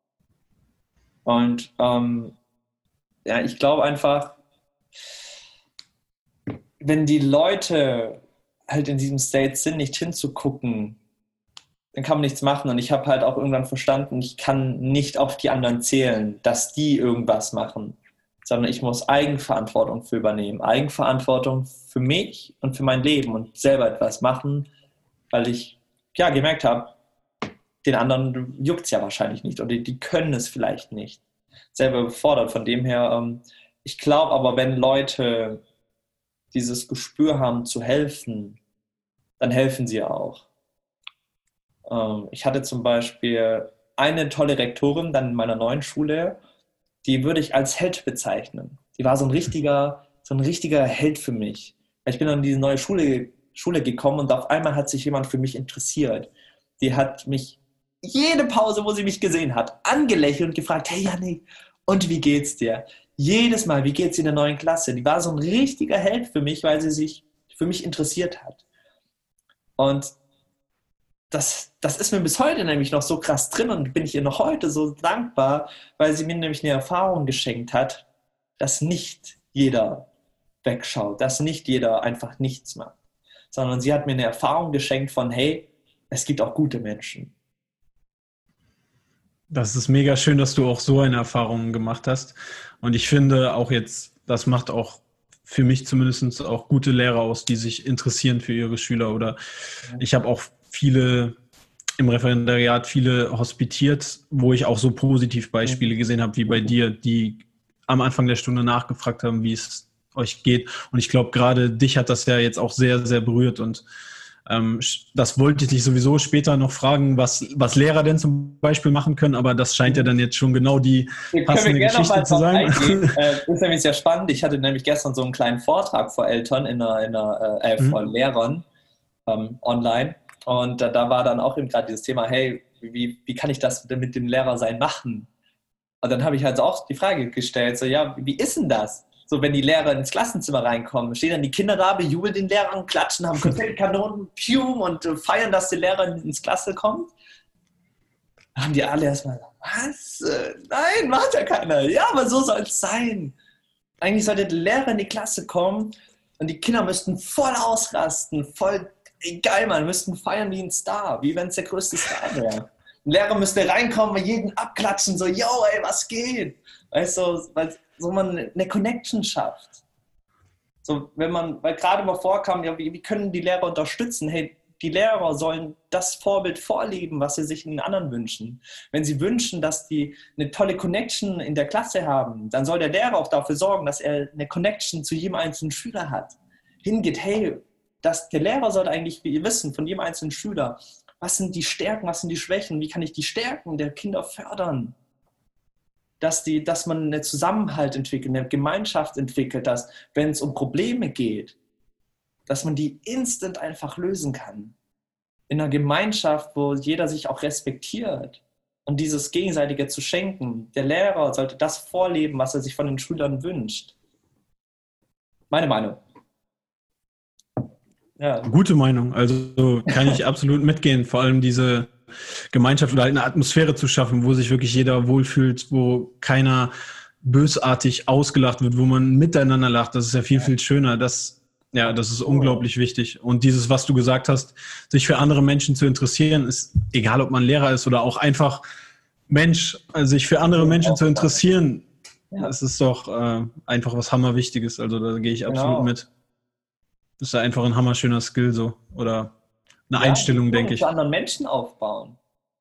Und ähm, ja, ich glaube einfach, wenn die Leute halt in diesem State sind, nicht hinzugucken, dann kann man nichts machen. Und ich habe halt auch irgendwann verstanden, ich kann nicht auf die anderen zählen, dass die irgendwas machen, sondern ich muss Eigenverantwortung für übernehmen. Eigenverantwortung für mich und für mein Leben und selber etwas machen, weil ich ja gemerkt habe, den anderen juckt es ja wahrscheinlich nicht oder die können es vielleicht nicht. Selber überfordert. Von dem her, ähm, ich glaube aber, wenn Leute dieses Gespür haben zu helfen, dann helfen sie auch. Ähm, ich hatte zum Beispiel eine tolle Rektorin dann in meiner neuen Schule, die würde ich als Held bezeichnen. Die war so ein richtiger, so ein richtiger Held für mich. Ich bin dann in diese neue Schule, Schule gekommen und auf einmal hat sich jemand für mich interessiert. Die hat mich jede Pause, wo sie mich gesehen hat, angelächelt und gefragt, hey Jannik, und wie geht's dir? Jedes Mal, wie geht's in der neuen Klasse? Die war so ein richtiger Held für mich, weil sie sich für mich interessiert hat. Und das, das ist mir bis heute nämlich noch so krass drin und bin ich ihr noch heute so dankbar, weil sie mir nämlich eine Erfahrung geschenkt hat, dass nicht jeder wegschaut, dass nicht jeder einfach nichts macht, sondern sie hat mir eine Erfahrung geschenkt von, hey, es gibt auch gute Menschen. Das ist mega schön, dass du auch so eine Erfahrung gemacht hast. Und ich finde auch jetzt, das macht auch für mich zumindest auch gute Lehrer aus, die sich interessieren für ihre Schüler. Oder ich habe auch viele im Referendariat, viele hospitiert, wo ich auch so Positivbeispiele gesehen habe, wie bei dir, die am Anfang der Stunde nachgefragt haben, wie es euch geht. Und ich glaube, gerade dich hat das ja jetzt auch sehr, sehr berührt und Ähm, das wollte ich dich sowieso später noch fragen, was, was Lehrer denn zum Beispiel machen können, aber das scheint ja dann jetzt schon genau die passende Geschichte zu sein. äh, ist nämlich sehr spannend. Ich hatte nämlich gestern so einen kleinen Vortrag vor Eltern, in einer, in einer, äh, mhm. vor Lehrern ähm, online und da, da war dann auch eben gerade dieses Thema, hey, wie, wie kann ich das denn mit dem Lehrersein machen? Und dann habe ich halt auch die Frage gestellt, so ja, wie ist denn das? So, wenn die Lehrer ins Klassenzimmer reinkommen, stehen dann die Kinder da, bejubeln den Lehrer und klatschen, haben Konfettikanonen, pium, und äh, feiern, dass der Lehrer ins Klasse kommt. Da haben die alle erstmal, was? Äh, nein, macht ja keiner. Ja, aber so soll es sein. Eigentlich sollte der Lehrer in die Klasse kommen und die Kinder müssten voll ausrasten, voll, egal, man, müssten feiern wie ein Star, wie wenn es der größte Star wäre. Ein Lehrer müsste reinkommen, jeden abklatschen, so, yo, ey, was geht? Weißt du, weil so man eine Connection schafft. So, wenn man, weil gerade mal vorkam, ja, wie, wie können die Lehrer unterstützen? Hey, die Lehrer sollen das Vorbild vorleben, was sie sich in den anderen wünschen. Wenn sie wünschen, dass die eine tolle Connection in der Klasse haben, dann soll der Lehrer auch dafür sorgen, dass er eine Connection zu jedem einzelnen Schüler hat. Hingeht, hey, dass der Lehrer sollte eigentlich wissen von jedem einzelnen Schüler, was sind die Stärken, was sind die Schwächen, wie kann ich die Stärken der Kinder fördern? Dass, die, dass man einen Zusammenhalt entwickelt, eine Gemeinschaft entwickelt, dass, wenn es um Probleme geht, dass man die instant einfach lösen kann. In einer Gemeinschaft, wo jeder sich auch respektiert und dieses Gegenseitige zu schenken. Der Lehrer sollte das vorleben, was er sich von den Schülern wünscht. Meine Meinung. Ja. Gute Meinung, also kann ich absolut mitgehen, vor allem diese Gemeinschaft oder eine Atmosphäre zu schaffen, wo sich wirklich jeder wohlfühlt, wo keiner bösartig ausgelacht wird, wo man miteinander lacht, das ist ja viel, viel schöner, das, ja, das ist unglaublich wichtig und dieses, was du gesagt hast, sich für andere Menschen zu interessieren, ist egal, ob man Lehrer ist oder auch einfach Mensch, also sich für andere Menschen zu interessieren, das ist doch äh, einfach was Hammerwichtiges, also da gehe ich absolut genau. mit. Das ist ja einfach ein hammerschöner Skill so oder eine ja, Einstellung, denke ich. Zu anderen Menschen aufbauen.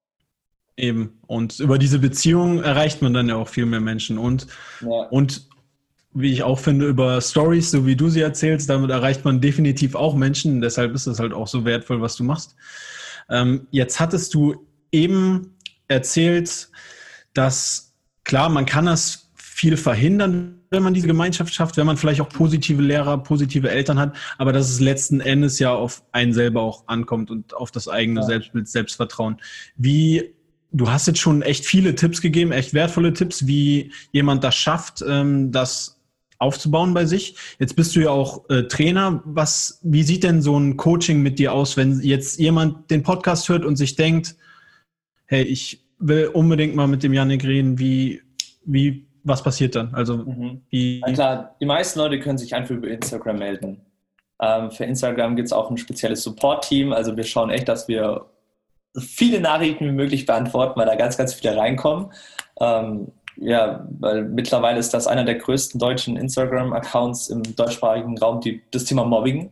Eben. Und über diese Beziehung erreicht man dann ja auch viel mehr Menschen. Und, ja. und wie ich auch finde, über Stories, so wie du sie erzählst, damit erreicht man definitiv auch Menschen. Deshalb ist es halt auch so wertvoll, was du machst. Ähm, jetzt hattest du eben erzählt, dass, klar, man kann das viel verhindern, wenn man diese Gemeinschaft schafft, wenn man vielleicht auch positive Lehrer, positive Eltern hat, aber dass es letzten Endes ja auf einen selber auch ankommt und auf das eigene ja. Selbstbild, Selbstvertrauen. Wie, du hast jetzt schon echt viele Tipps gegeben, echt wertvolle Tipps, wie jemand das schafft, ähm, das aufzubauen bei sich. Jetzt bist du ja auch äh, Trainer. Was, wie sieht denn so ein Coaching mit dir aus, wenn jetzt jemand den Podcast hört und sich denkt, hey, ich will unbedingt mal mit dem Jannik reden, wie, wie was passiert dann? Also, mhm. wie Na klar, die meisten Leute können sich einfach über Instagram melden. Ähm, für Instagram gibt es auch ein spezielles Support-Team. Also wir schauen echt, dass wir so viele Nachrichten wie möglich beantworten, weil da ganz, ganz viele reinkommen. Ähm, ja, weil mittlerweile ist das einer der größten deutschen Instagram-Accounts im deutschsprachigen Raum, die das Thema Mobbing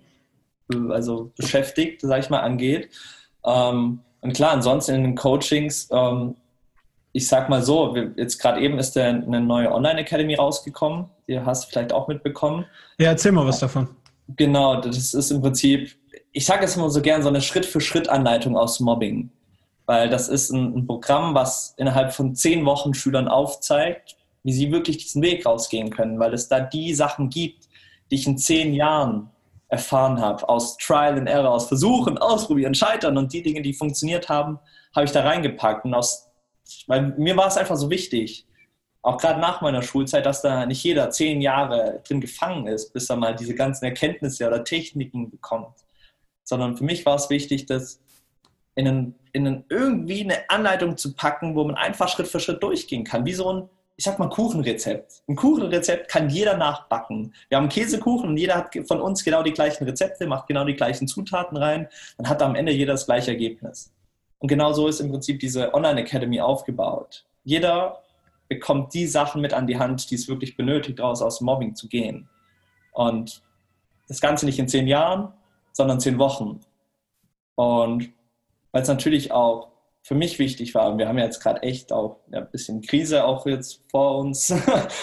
also beschäftigt, sag ich mal, angeht. Ähm, und klar, ansonsten in den Coachings ähm, ich sag mal so, jetzt gerade eben ist der, eine neue Online-Academy rausgekommen. Die hast du vielleicht auch mitbekommen. Ja, erzähl mal was davon. Genau, das ist im Prinzip, ich sage es immer so gern, so eine Schritt-für-Schritt-Anleitung aus Mobbing. Weil das ist ein, ein Programm, was innerhalb von zehn Wochen Schülern aufzeigt, wie sie wirklich diesen Weg rausgehen können. Weil es da die Sachen gibt, die ich in zehn Jahren erfahren habe. Aus Trial and Error, aus Versuchen, Ausprobieren, Scheitern. Und die Dinge, die funktioniert haben, habe ich da reingepackt. Und aus Weil mir war es einfach so wichtig, auch gerade nach meiner Schulzeit, dass da nicht jeder zehn Jahre drin gefangen ist, bis er mal diese ganzen Erkenntnisse oder Techniken bekommt. Sondern für mich war es wichtig, das in, einen, in einen, irgendwie eine Anleitung zu packen, wo man einfach Schritt für Schritt durchgehen kann. Wie so ein, ich sag mal, Kuchenrezept. Ein Kuchenrezept kann jeder nachbacken. Wir haben Käsekuchen und jeder hat von uns genau die gleichen Rezepte, macht genau die gleichen Zutaten rein, dann hat am Ende jeder das gleiche Ergebnis. Und genau so ist im Prinzip diese Online-Academy aufgebaut. Jeder bekommt die Sachen mit an die Hand, die es wirklich benötigt, raus aus dem Mobbing zu gehen. Und das Ganze nicht in zehn Jahren, sondern zehn Wochen. Und weil es natürlich auch für mich wichtig war, und wir haben ja jetzt gerade echt auch ja, ein bisschen Krise auch jetzt vor uns,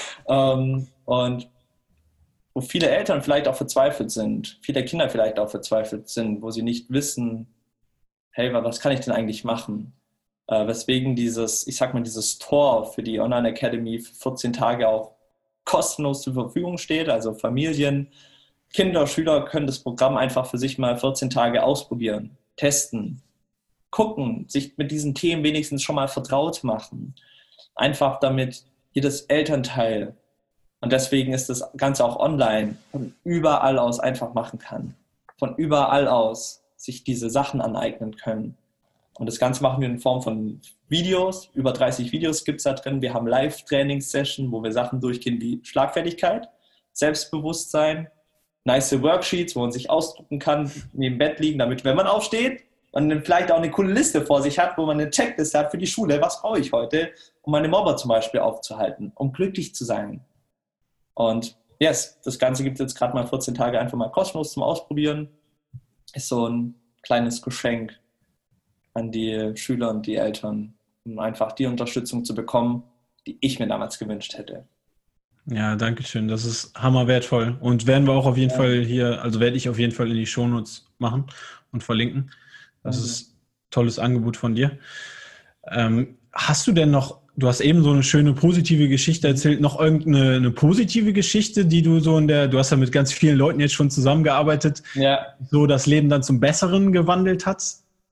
und wo viele Eltern vielleicht auch verzweifelt sind, viele Kinder vielleicht auch verzweifelt sind, wo sie nicht wissen, hey, was kann ich denn eigentlich machen? Äh, weswegen dieses, ich sag mal, dieses Tor für die Online Academy für vierzehn Tage auch kostenlos zur Verfügung steht. Also Familien, Kinder, Schüler können das Programm einfach für sich mal vierzehn Tage ausprobieren, testen, gucken, sich mit diesen Themen wenigstens schon mal vertraut machen. Einfach damit jedes Elternteil, und deswegen ist das Ganze auch online, von überall aus einfach machen kann. Von überall aus sich diese Sachen aneignen können. Und das Ganze machen wir in Form von Videos. Über dreißig Videos gibt es da drin. Wir haben Live-Training-Sessions, wo wir Sachen durchgehen wie Schlagfertigkeit, Selbstbewusstsein, nice Worksheets, wo man sich ausdrucken kann, neben Bett liegen, damit, wenn man aufsteht, man vielleicht auch eine coole Liste vor sich hat, wo man eine Checkliste hat für die Schule. Was brauche ich heute, um meine Mobber zum Beispiel aufzuhalten, um glücklich zu sein. Und yes, das Ganze gibt es jetzt gerade mal vierzehn Tage einfach mal kostenlos zum Ausprobieren. Ist so ein kleines Geschenk an die Schüler und die Eltern, um einfach die Unterstützung zu bekommen, die ich mir damals gewünscht hätte. Ja, danke schön. Das ist hammerwertvoll. Und werden wir auch auf jeden ja. Fall hier, also werde ich auf jeden Fall in die Shownotes machen und verlinken. Das okay. ist ein tolles Angebot von dir. Ähm, hast du denn noch, du hast eben so eine schöne positive Geschichte erzählt, noch irgendeine eine positive Geschichte, die du so in der, du hast ja mit ganz vielen Leuten jetzt schon zusammengearbeitet, ja. so das Leben dann zum Besseren gewandelt hat?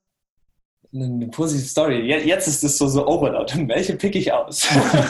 Eine positive Story. Jetzt ist es so, so Overload. Welche pick ich aus?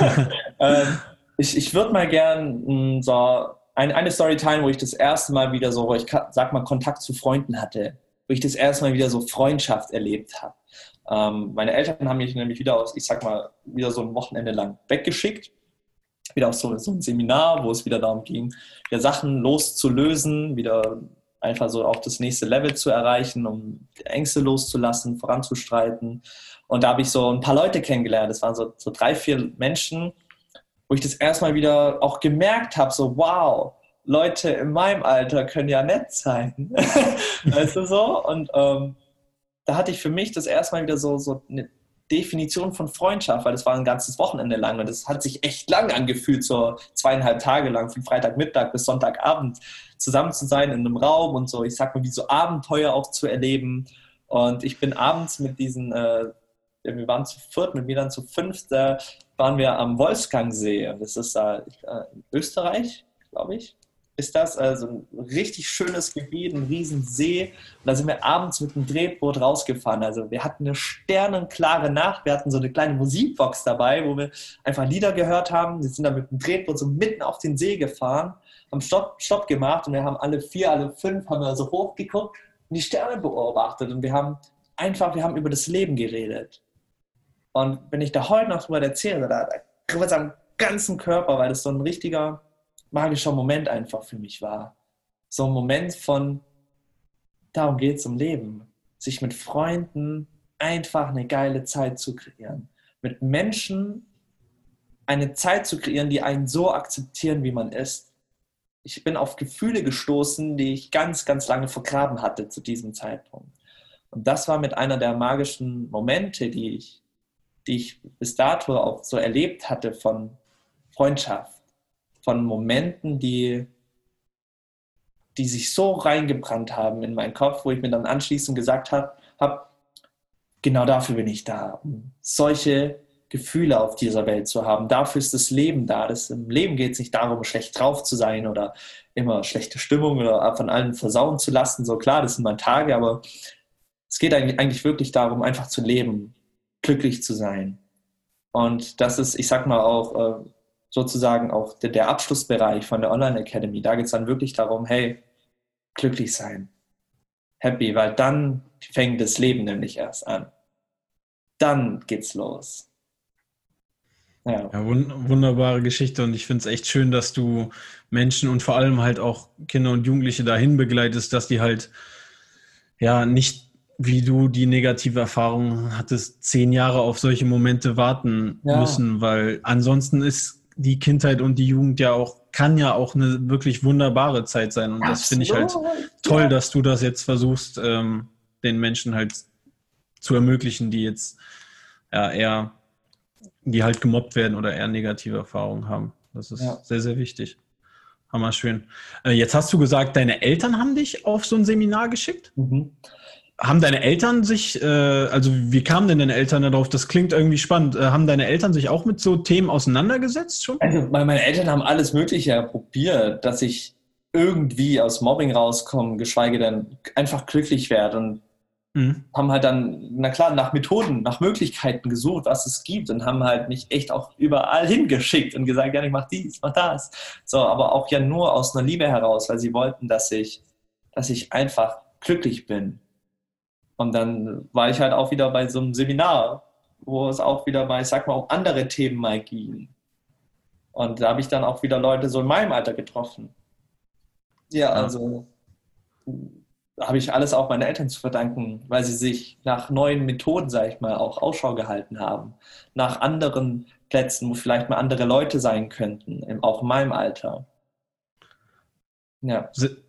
ähm, ich ich würde mal gern so ein, eine Story teilen, wo ich das erste Mal wieder so, wo ich sag mal Kontakt zu Freunden hatte, wo ich das erste Mal wieder so Freundschaft erlebt habe. Ähm, meine Eltern haben mich nämlich wieder aus, ich sag mal, wieder so ein Wochenende lang weggeschickt. Wieder auf so, so ein Seminar, wo es wieder darum ging, wieder Sachen loszulösen, wieder einfach so auch das nächste Level zu erreichen, um Ängste loszulassen, voranzustreiten. Und da habe ich so ein paar Leute kennengelernt. Das waren so, so drei, vier Menschen, wo ich das erstmal wieder auch gemerkt habe, so wow, Leute in meinem Alter können ja nett sein. Weißt du so? Und ähm, da hatte ich für mich das erstmal wieder so, so eine Definition von Freundschaft, weil das war ein ganzes Wochenende lang und das hat sich echt lang angefühlt, so zweieinhalb Tage lang, von Freitagmittag bis Sonntagabend zusammen zu sein in einem Raum und so, ich sag mal, wie so Abenteuer auch zu erleben. Und ich bin abends mit diesen, äh, wir waren zu viert, mit mir dann zu fünft, da waren wir am Wolfgangsee und das ist da äh, in Österreich, glaube ich. Ist das also ein richtig schönes Gebiet, ein riesen See. Und da sind wir abends mit einem Drehboot rausgefahren. Also wir hatten eine sternenklare Nacht. Wir hatten so eine kleine Musikbox dabei, wo wir einfach Lieder gehört haben. Wir sind dann mit dem Drehboot so mitten auf den See gefahren, haben Stopp, Stopp gemacht und wir haben alle vier, alle fünf, haben wir so hochgeguckt und die Sterne beobachtet. Und wir haben einfach, wir haben über das Leben geredet. Und wenn ich da heute noch drüber erzähle, da kriegt es am ganzen Körper, weil das so ein richtiger magischer Moment einfach für mich war. So ein Moment von, darum geht es im Leben. Sich mit Freunden einfach eine geile Zeit zu kreieren. Mit Menschen eine Zeit zu kreieren, die einen so akzeptieren, wie man ist. Ich bin auf Gefühle gestoßen, die ich ganz, ganz lange vergraben hatte zu diesem Zeitpunkt. Und das war mit einer der magischen Momente, die ich, die ich bis dato auch so erlebt hatte von Freundschaft. Von Momenten, die, die sich so reingebrannt haben in meinen Kopf, wo ich mir dann anschließend gesagt habe, hab, genau dafür bin ich da, um solche Gefühle auf dieser Welt zu haben. Dafür ist das Leben da. Das, im Leben geht es nicht darum, schlecht drauf zu sein oder immer schlechte Stimmung oder von allen versauen zu lassen. So klar, das sind mal Tage, aber es geht eigentlich, eigentlich wirklich darum, einfach zu leben, glücklich zu sein. Und das ist, ich sag mal auch, äh, sozusagen auch der, der Abschlussbereich von der Online Academy. Da geht es dann wirklich darum, hey, glücklich sein, happy, weil dann fängt das Leben nämlich erst an. Dann geht's los. Ja, ja wunderbare Geschichte und ich finde es echt schön, dass du Menschen und vor allem halt auch Kinder und Jugendliche dahin begleitest, dass die halt ja nicht, wie du die negative Erfahrung hattest, zehn Jahre auf solche Momente warten ja. müssen, weil ansonsten ist die Kindheit und die Jugend ja auch, kann ja auch eine wirklich wunderbare Zeit sein. Und das finde ich halt toll, ja. dass du das jetzt versuchst, ähm, den Menschen halt zu ermöglichen, die jetzt ja, eher, die halt gemobbt werden oder eher negative Erfahrungen haben. Das ist ja. sehr, sehr wichtig. Hammerschön. Äh, jetzt hast du gesagt, deine Eltern haben dich auf so ein Seminar geschickt? Mhm. Haben deine Eltern sich, äh, also wie kamen denn deine Eltern darauf? Das klingt irgendwie spannend. Äh, haben deine Eltern sich auch mit so Themen auseinandergesetzt schon? Also meine Eltern haben alles Mögliche probiert, dass ich irgendwie aus Mobbing rauskomme, geschweige denn einfach glücklich werde. Und mhm. haben halt dann, na klar, nach Methoden, nach Möglichkeiten gesucht, was es gibt und haben halt mich echt auch überall hingeschickt und gesagt, ja, ich mach dies, mach das. So, aber auch ja nur aus einer Liebe heraus, weil sie wollten, dass ich, dass ich einfach glücklich bin. Und dann war ich halt auch wieder bei so einem Seminar, wo es auch wieder bei, ich sag mal, um andere Themen mal ging. Und da habe ich dann auch wieder Leute so in meinem Alter getroffen. Ja, also da habe ich alles auch meinen Eltern zu verdanken, weil sie sich nach neuen Methoden, sag ich mal, auch Ausschau gehalten haben. Nach anderen Plätzen, wo vielleicht mal andere Leute sein könnten, auch in meinem Alter. Ja.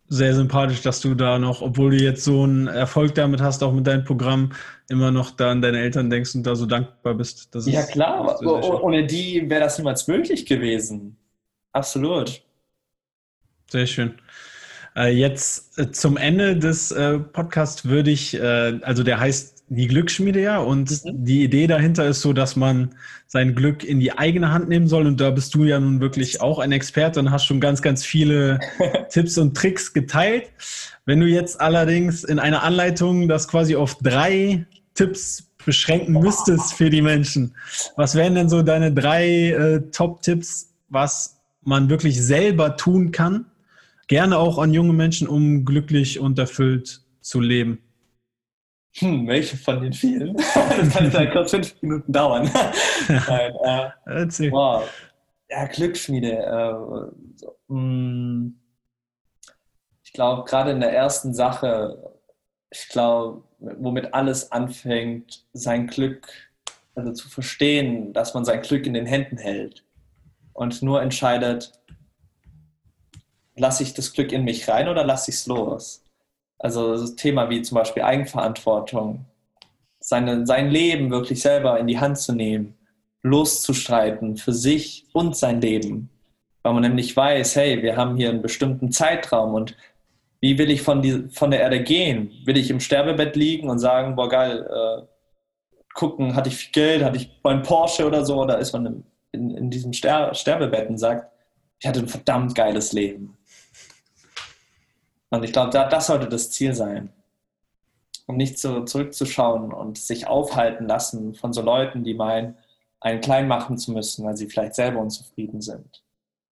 sehr sympathisch, dass du da noch, obwohl du jetzt so einen Erfolg damit hast, auch mit deinem Programm, immer noch da an deine Eltern denkst und da so dankbar bist. Das Ja ist, klar, sehr, sehr schön. Ohne die wäre das niemals möglich gewesen. Absolut. Sehr schön. Äh, jetzt äh, zum Ende des äh, Podcasts würde ich, äh, also der heißt die Glücksschmiede, ja, und mhm. die Idee dahinter ist so, dass man sein Glück in die eigene Hand nehmen soll, und da bist du ja nun wirklich auch ein Experte und hast schon ganz, ganz viele Tipps und Tricks geteilt. Wenn du jetzt allerdings in einer Anleitung das quasi auf drei Tipps beschränken müsstest für die Menschen, was wären denn so deine drei äh, Top-Tipps, was man wirklich selber tun kann, gerne auch an junge Menschen, um glücklich und erfüllt zu leben? Hm, welche von den vielen? Das kann vielleicht kurz fünf Minuten dauern. Nein, äh, Erzähl. Wow. Ja, Glücksschmiede. Äh, so, mh, ich glaube, gerade in der ersten Sache, ich glaube, womit alles anfängt, sein Glück, also zu verstehen, dass man sein Glück in den Händen hält und nur entscheidet, lasse ich das Glück in mich rein oder lasse ich es los? Also das Thema wie zum Beispiel Eigenverantwortung, seine, sein Leben wirklich selber in die Hand zu nehmen, loszustreiten für sich und sein Leben. Weil man nämlich weiß, hey, wir haben hier einen bestimmten Zeitraum und wie will ich von, die, von der Erde gehen? Will ich im Sterbebett liegen und sagen, boah geil, äh, gucken, hatte ich viel Geld, hatte ich meinen Porsche oder so, oder ist man in, in diesem Ster- Sterbebett und sagt, ich hatte ein verdammt geiles Leben. Und ich glaube, das sollte das Ziel sein. Um nicht so zurückzuschauen und sich aufhalten lassen von so Leuten, die meinen, einen klein machen zu müssen, weil sie vielleicht selber unzufrieden sind.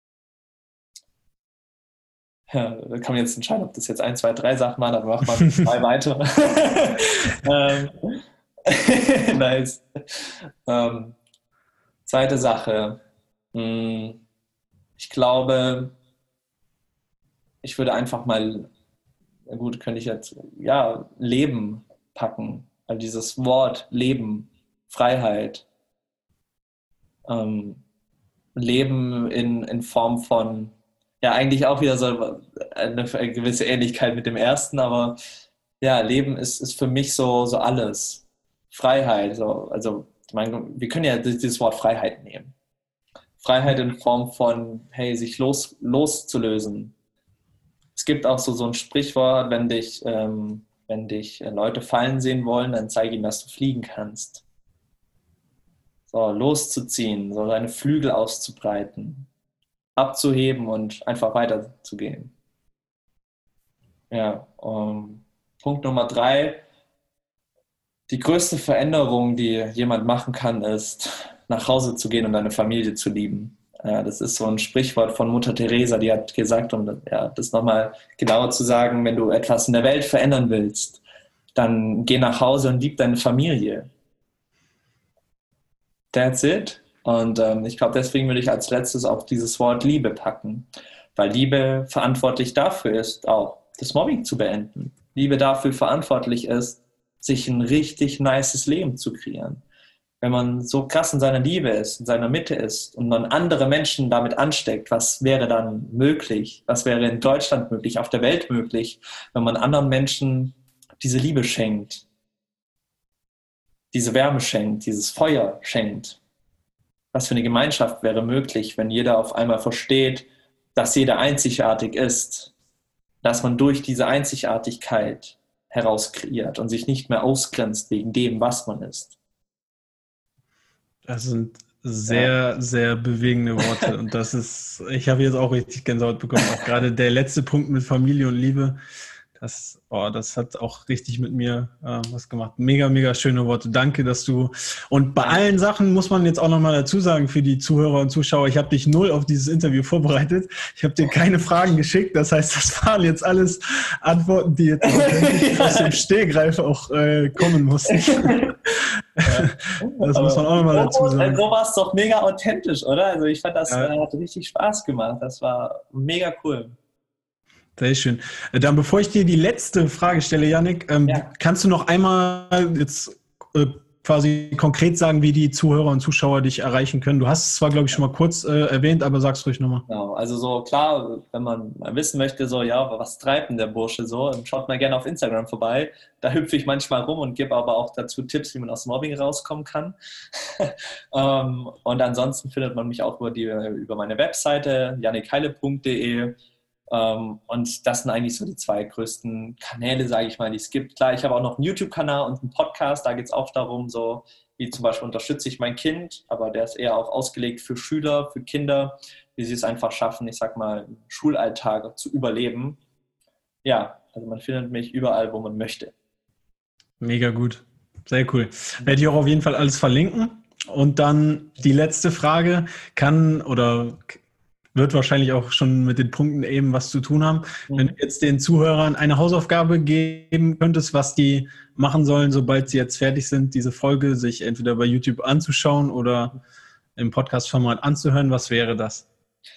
Ja, da kann man jetzt entscheiden, ob das jetzt ein, zwei, drei Sachen waren, aber macht man zwei weiter. ähm, nice. Ähm, zweite Sache. Ich glaube, ich würde einfach mal, na gut, könnte ich jetzt, ja, Leben packen. Also dieses Wort Leben, Freiheit. Ähm, Leben in, in Form von, ja, eigentlich auch wieder so eine, eine gewisse Ähnlichkeit mit dem ersten, aber ja, Leben ist, ist für mich so, so alles. Freiheit, so, also ich meine, wir können ja dieses Wort Freiheit nehmen. Freiheit in Form von, hey, sich los, loszulösen. Es gibt auch so, so ein Sprichwort, wenn dich, ähm, wenn dich Leute fallen sehen wollen, dann zeige ihnen, dass du fliegen kannst. So, loszuziehen, so deine Flügel auszubreiten, abzuheben und einfach weiterzugehen. Ja, um, Punkt Nummer drei. Die größte Veränderung, die jemand machen kann, ist, nach Hause zu gehen und deine Familie zu lieben. Ja, das ist so ein Sprichwort von Mutter Teresa, die hat gesagt, um ja, das nochmal genauer zu sagen, wenn du etwas in der Welt verändern willst, dann geh nach Hause und lieb deine Familie. That's it. Und ähm, ich glaube, deswegen würde ich als letztes auch dieses Wort Liebe packen, weil Liebe verantwortlich dafür ist, auch das Mobbing zu beenden. Liebe dafür verantwortlich ist, sich ein richtig nices Leben zu kreieren. Wenn man so krass in seiner Liebe ist, in seiner Mitte ist und man andere Menschen damit ansteckt, was wäre dann möglich? Was wäre in Deutschland möglich, auf der Welt möglich, wenn man anderen Menschen diese Liebe schenkt, diese Wärme schenkt, dieses Feuer schenkt? Was für eine Gemeinschaft wäre möglich, wenn jeder auf einmal versteht, dass jeder einzigartig ist, dass man durch diese Einzigartigkeit heraus kreiert und sich nicht mehr ausgrenzt wegen dem, was man ist. Das sind sehr, ja. sehr bewegende Worte. Und das ist, ich habe jetzt auch richtig Gänsehaut bekommen. Auch gerade der letzte Punkt mit Familie und Liebe, das, oh, das hat auch richtig mit mir äh, was gemacht. Mega, mega schöne Worte. Danke, dass du, und bei allen Sachen muss man jetzt auch nochmal dazu sagen für die Zuhörer und Zuschauer, ich habe dich null auf dieses Interview vorbereitet. Ich habe dir keine Fragen geschickt. Das heißt, das waren jetzt alles Antworten, die jetzt aus dem Stehgreif auch äh, kommen mussten. Ja. Das muss man auch nochmal dazu sagen. So war es doch mega authentisch, oder? Also ich fand, das ja. äh, hat richtig Spaß gemacht. Das war mega cool. Sehr schön. Dann, bevor ich dir die letzte Frage stelle, Yannick, ähm, ja. kannst du noch einmal jetzt äh, quasi konkret sagen, wie die Zuhörer und Zuschauer dich erreichen können? Du hast es zwar, glaube ich, schon mal kurz äh, erwähnt, aber sag's ruhig nochmal. Genau, also so klar, wenn man mal wissen möchte, so ja, was treibt denn der Bursche so, dann schaut mal gerne auf Instagram vorbei. Da hüpfe ich manchmal rum und gebe aber auch dazu Tipps, wie man aus Mobbing rauskommen kann. ähm, und ansonsten findet man mich auch über, die, über meine Webseite jannik heile punkt de. Um, und das sind eigentlich so die zwei größten Kanäle, sage ich mal, die es gibt. Klar, ich habe auch noch einen YouTube-Kanal und einen Podcast, da geht es auch darum, so wie zum Beispiel unterstütze ich mein Kind, aber der ist eher auch ausgelegt für Schüler, für Kinder, wie sie es einfach schaffen, ich sag mal, im Schulalltag zu überleben. Ja, also man findet mich überall, wo man möchte. Mega gut, sehr cool. Werde ich auch auf jeden Fall alles verlinken. Und dann die letzte Frage, kann oder wird wahrscheinlich auch schon mit den Punkten eben was zu tun haben. Mhm. Wenn du jetzt den Zuhörern eine Hausaufgabe geben könntest, was die machen sollen, sobald sie jetzt fertig sind, diese Folge sich entweder bei YouTube anzuschauen oder im Podcast-Format anzuhören, was wäre das?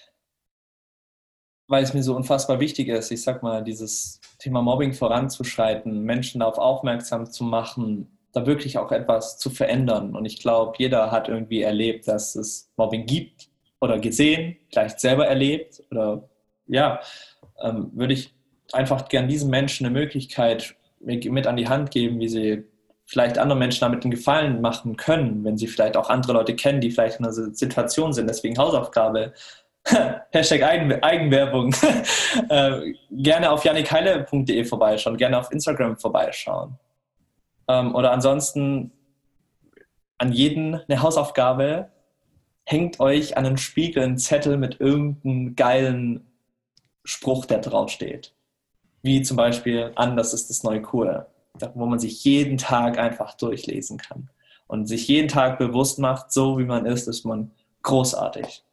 Weil es mir so unfassbar wichtig ist, ich sag mal, dieses Thema Mobbing voranzuschreiten, Menschen darauf aufmerksam zu machen, da wirklich auch etwas zu verändern. Und ich glaube, jeder hat irgendwie erlebt, dass es Mobbing gibt oder gesehen, vielleicht selber erlebt oder ja, ähm, würde ich einfach gern diesen Menschen eine Möglichkeit mit an die Hand geben, wie sie vielleicht anderen Menschen damit einen Gefallen machen können, wenn sie vielleicht auch andere Leute kennen, die vielleicht in einer Situation sind. Deswegen Hausaufgabe, Hashtag Eigen, Eigenwerbung, äh, gerne auf jannik heile punkt de vorbeischauen, gerne auf Instagram vorbeischauen. Ähm, oder ansonsten an jeden eine Hausaufgabe, hängt euch an einen Spiegel einen Zettel mit irgendeinem geilen Spruch, der draufsteht. Wie zum Beispiel, anders ist das neue Cool, wo man sich jeden Tag einfach durchlesen kann und sich jeden Tag bewusst macht, so wie man ist, ist man großartig.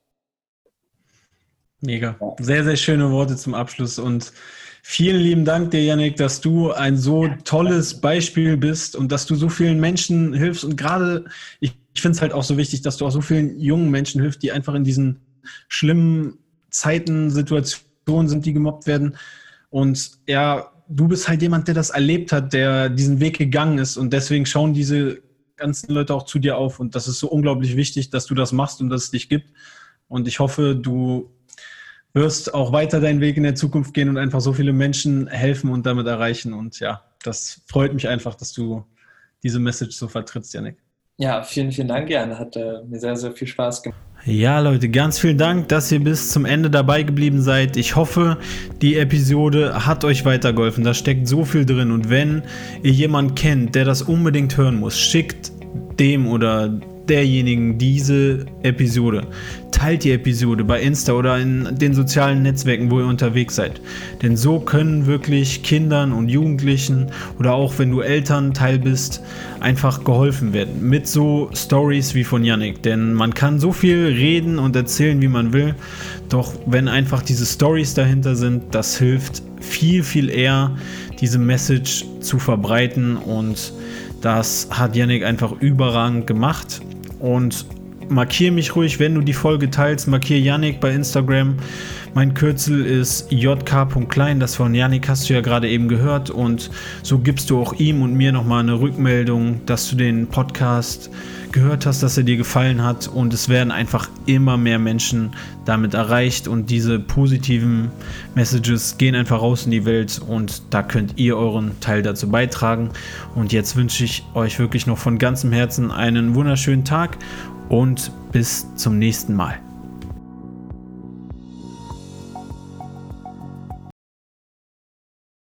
Mega. Sehr, sehr schöne Worte zum Abschluss und vielen lieben Dank dir, Jannik, dass du ein so tolles Beispiel bist und dass du so vielen Menschen hilfst und gerade, ich, ich finde es halt auch so wichtig, dass du auch so vielen jungen Menschen hilfst, die einfach in diesen schlimmen Zeiten, Situationen sind, die gemobbt werden und ja, du bist halt jemand, der das erlebt hat, der diesen Weg gegangen ist und deswegen schauen diese ganzen Leute auch zu dir auf und das ist so unglaublich wichtig, dass du das machst und dass es dich gibt und ich hoffe, du wirst auch weiter deinen Weg in der Zukunft gehen und einfach so viele Menschen helfen und damit erreichen. Und ja, das freut mich einfach, dass du diese Message so vertrittst, Jannik. Ja, vielen, vielen Dank, Jan. Hat äh, mir sehr, sehr viel Spaß gemacht. Ja, Leute, ganz vielen Dank, dass ihr bis zum Ende dabei geblieben seid. Ich hoffe, die Episode hat euch weitergeholfen. Da steckt so viel drin. Und wenn ihr jemanden kennt, der das unbedingt hören muss, schickt dem oder derjenigen diese Episode. Teilt die Episode bei Insta oder in den sozialen Netzwerken, wo ihr unterwegs seid. Denn so können wirklich Kindern und Jugendlichen oder auch wenn du Elternteil bist, einfach geholfen werden. Mit so Stories wie von Jannik. Denn man kann so viel reden und erzählen, wie man will. Doch wenn einfach diese Stories dahinter sind, das hilft viel, viel eher, diese Message zu verbreiten. Und das hat Jannik einfach überragend gemacht. Und markiere mich ruhig, wenn du die Folge teilst. Markiere Jannik bei Instagram. Mein Kürzel ist j k punkt klein. Das von Jannik hast du ja gerade eben gehört. Und so gibst du auch ihm und mir nochmal eine Rückmeldung, dass du den Podcast gehört hast, dass er dir gefallen hat. Und es werden einfach immer mehr Menschen damit erreicht. Und diese positiven Messages gehen einfach raus in die Welt. Und da könnt ihr euren Teil dazu beitragen. Und jetzt wünsche ich euch wirklich noch von ganzem Herzen einen wunderschönen Tag. Und bis zum nächsten Mal.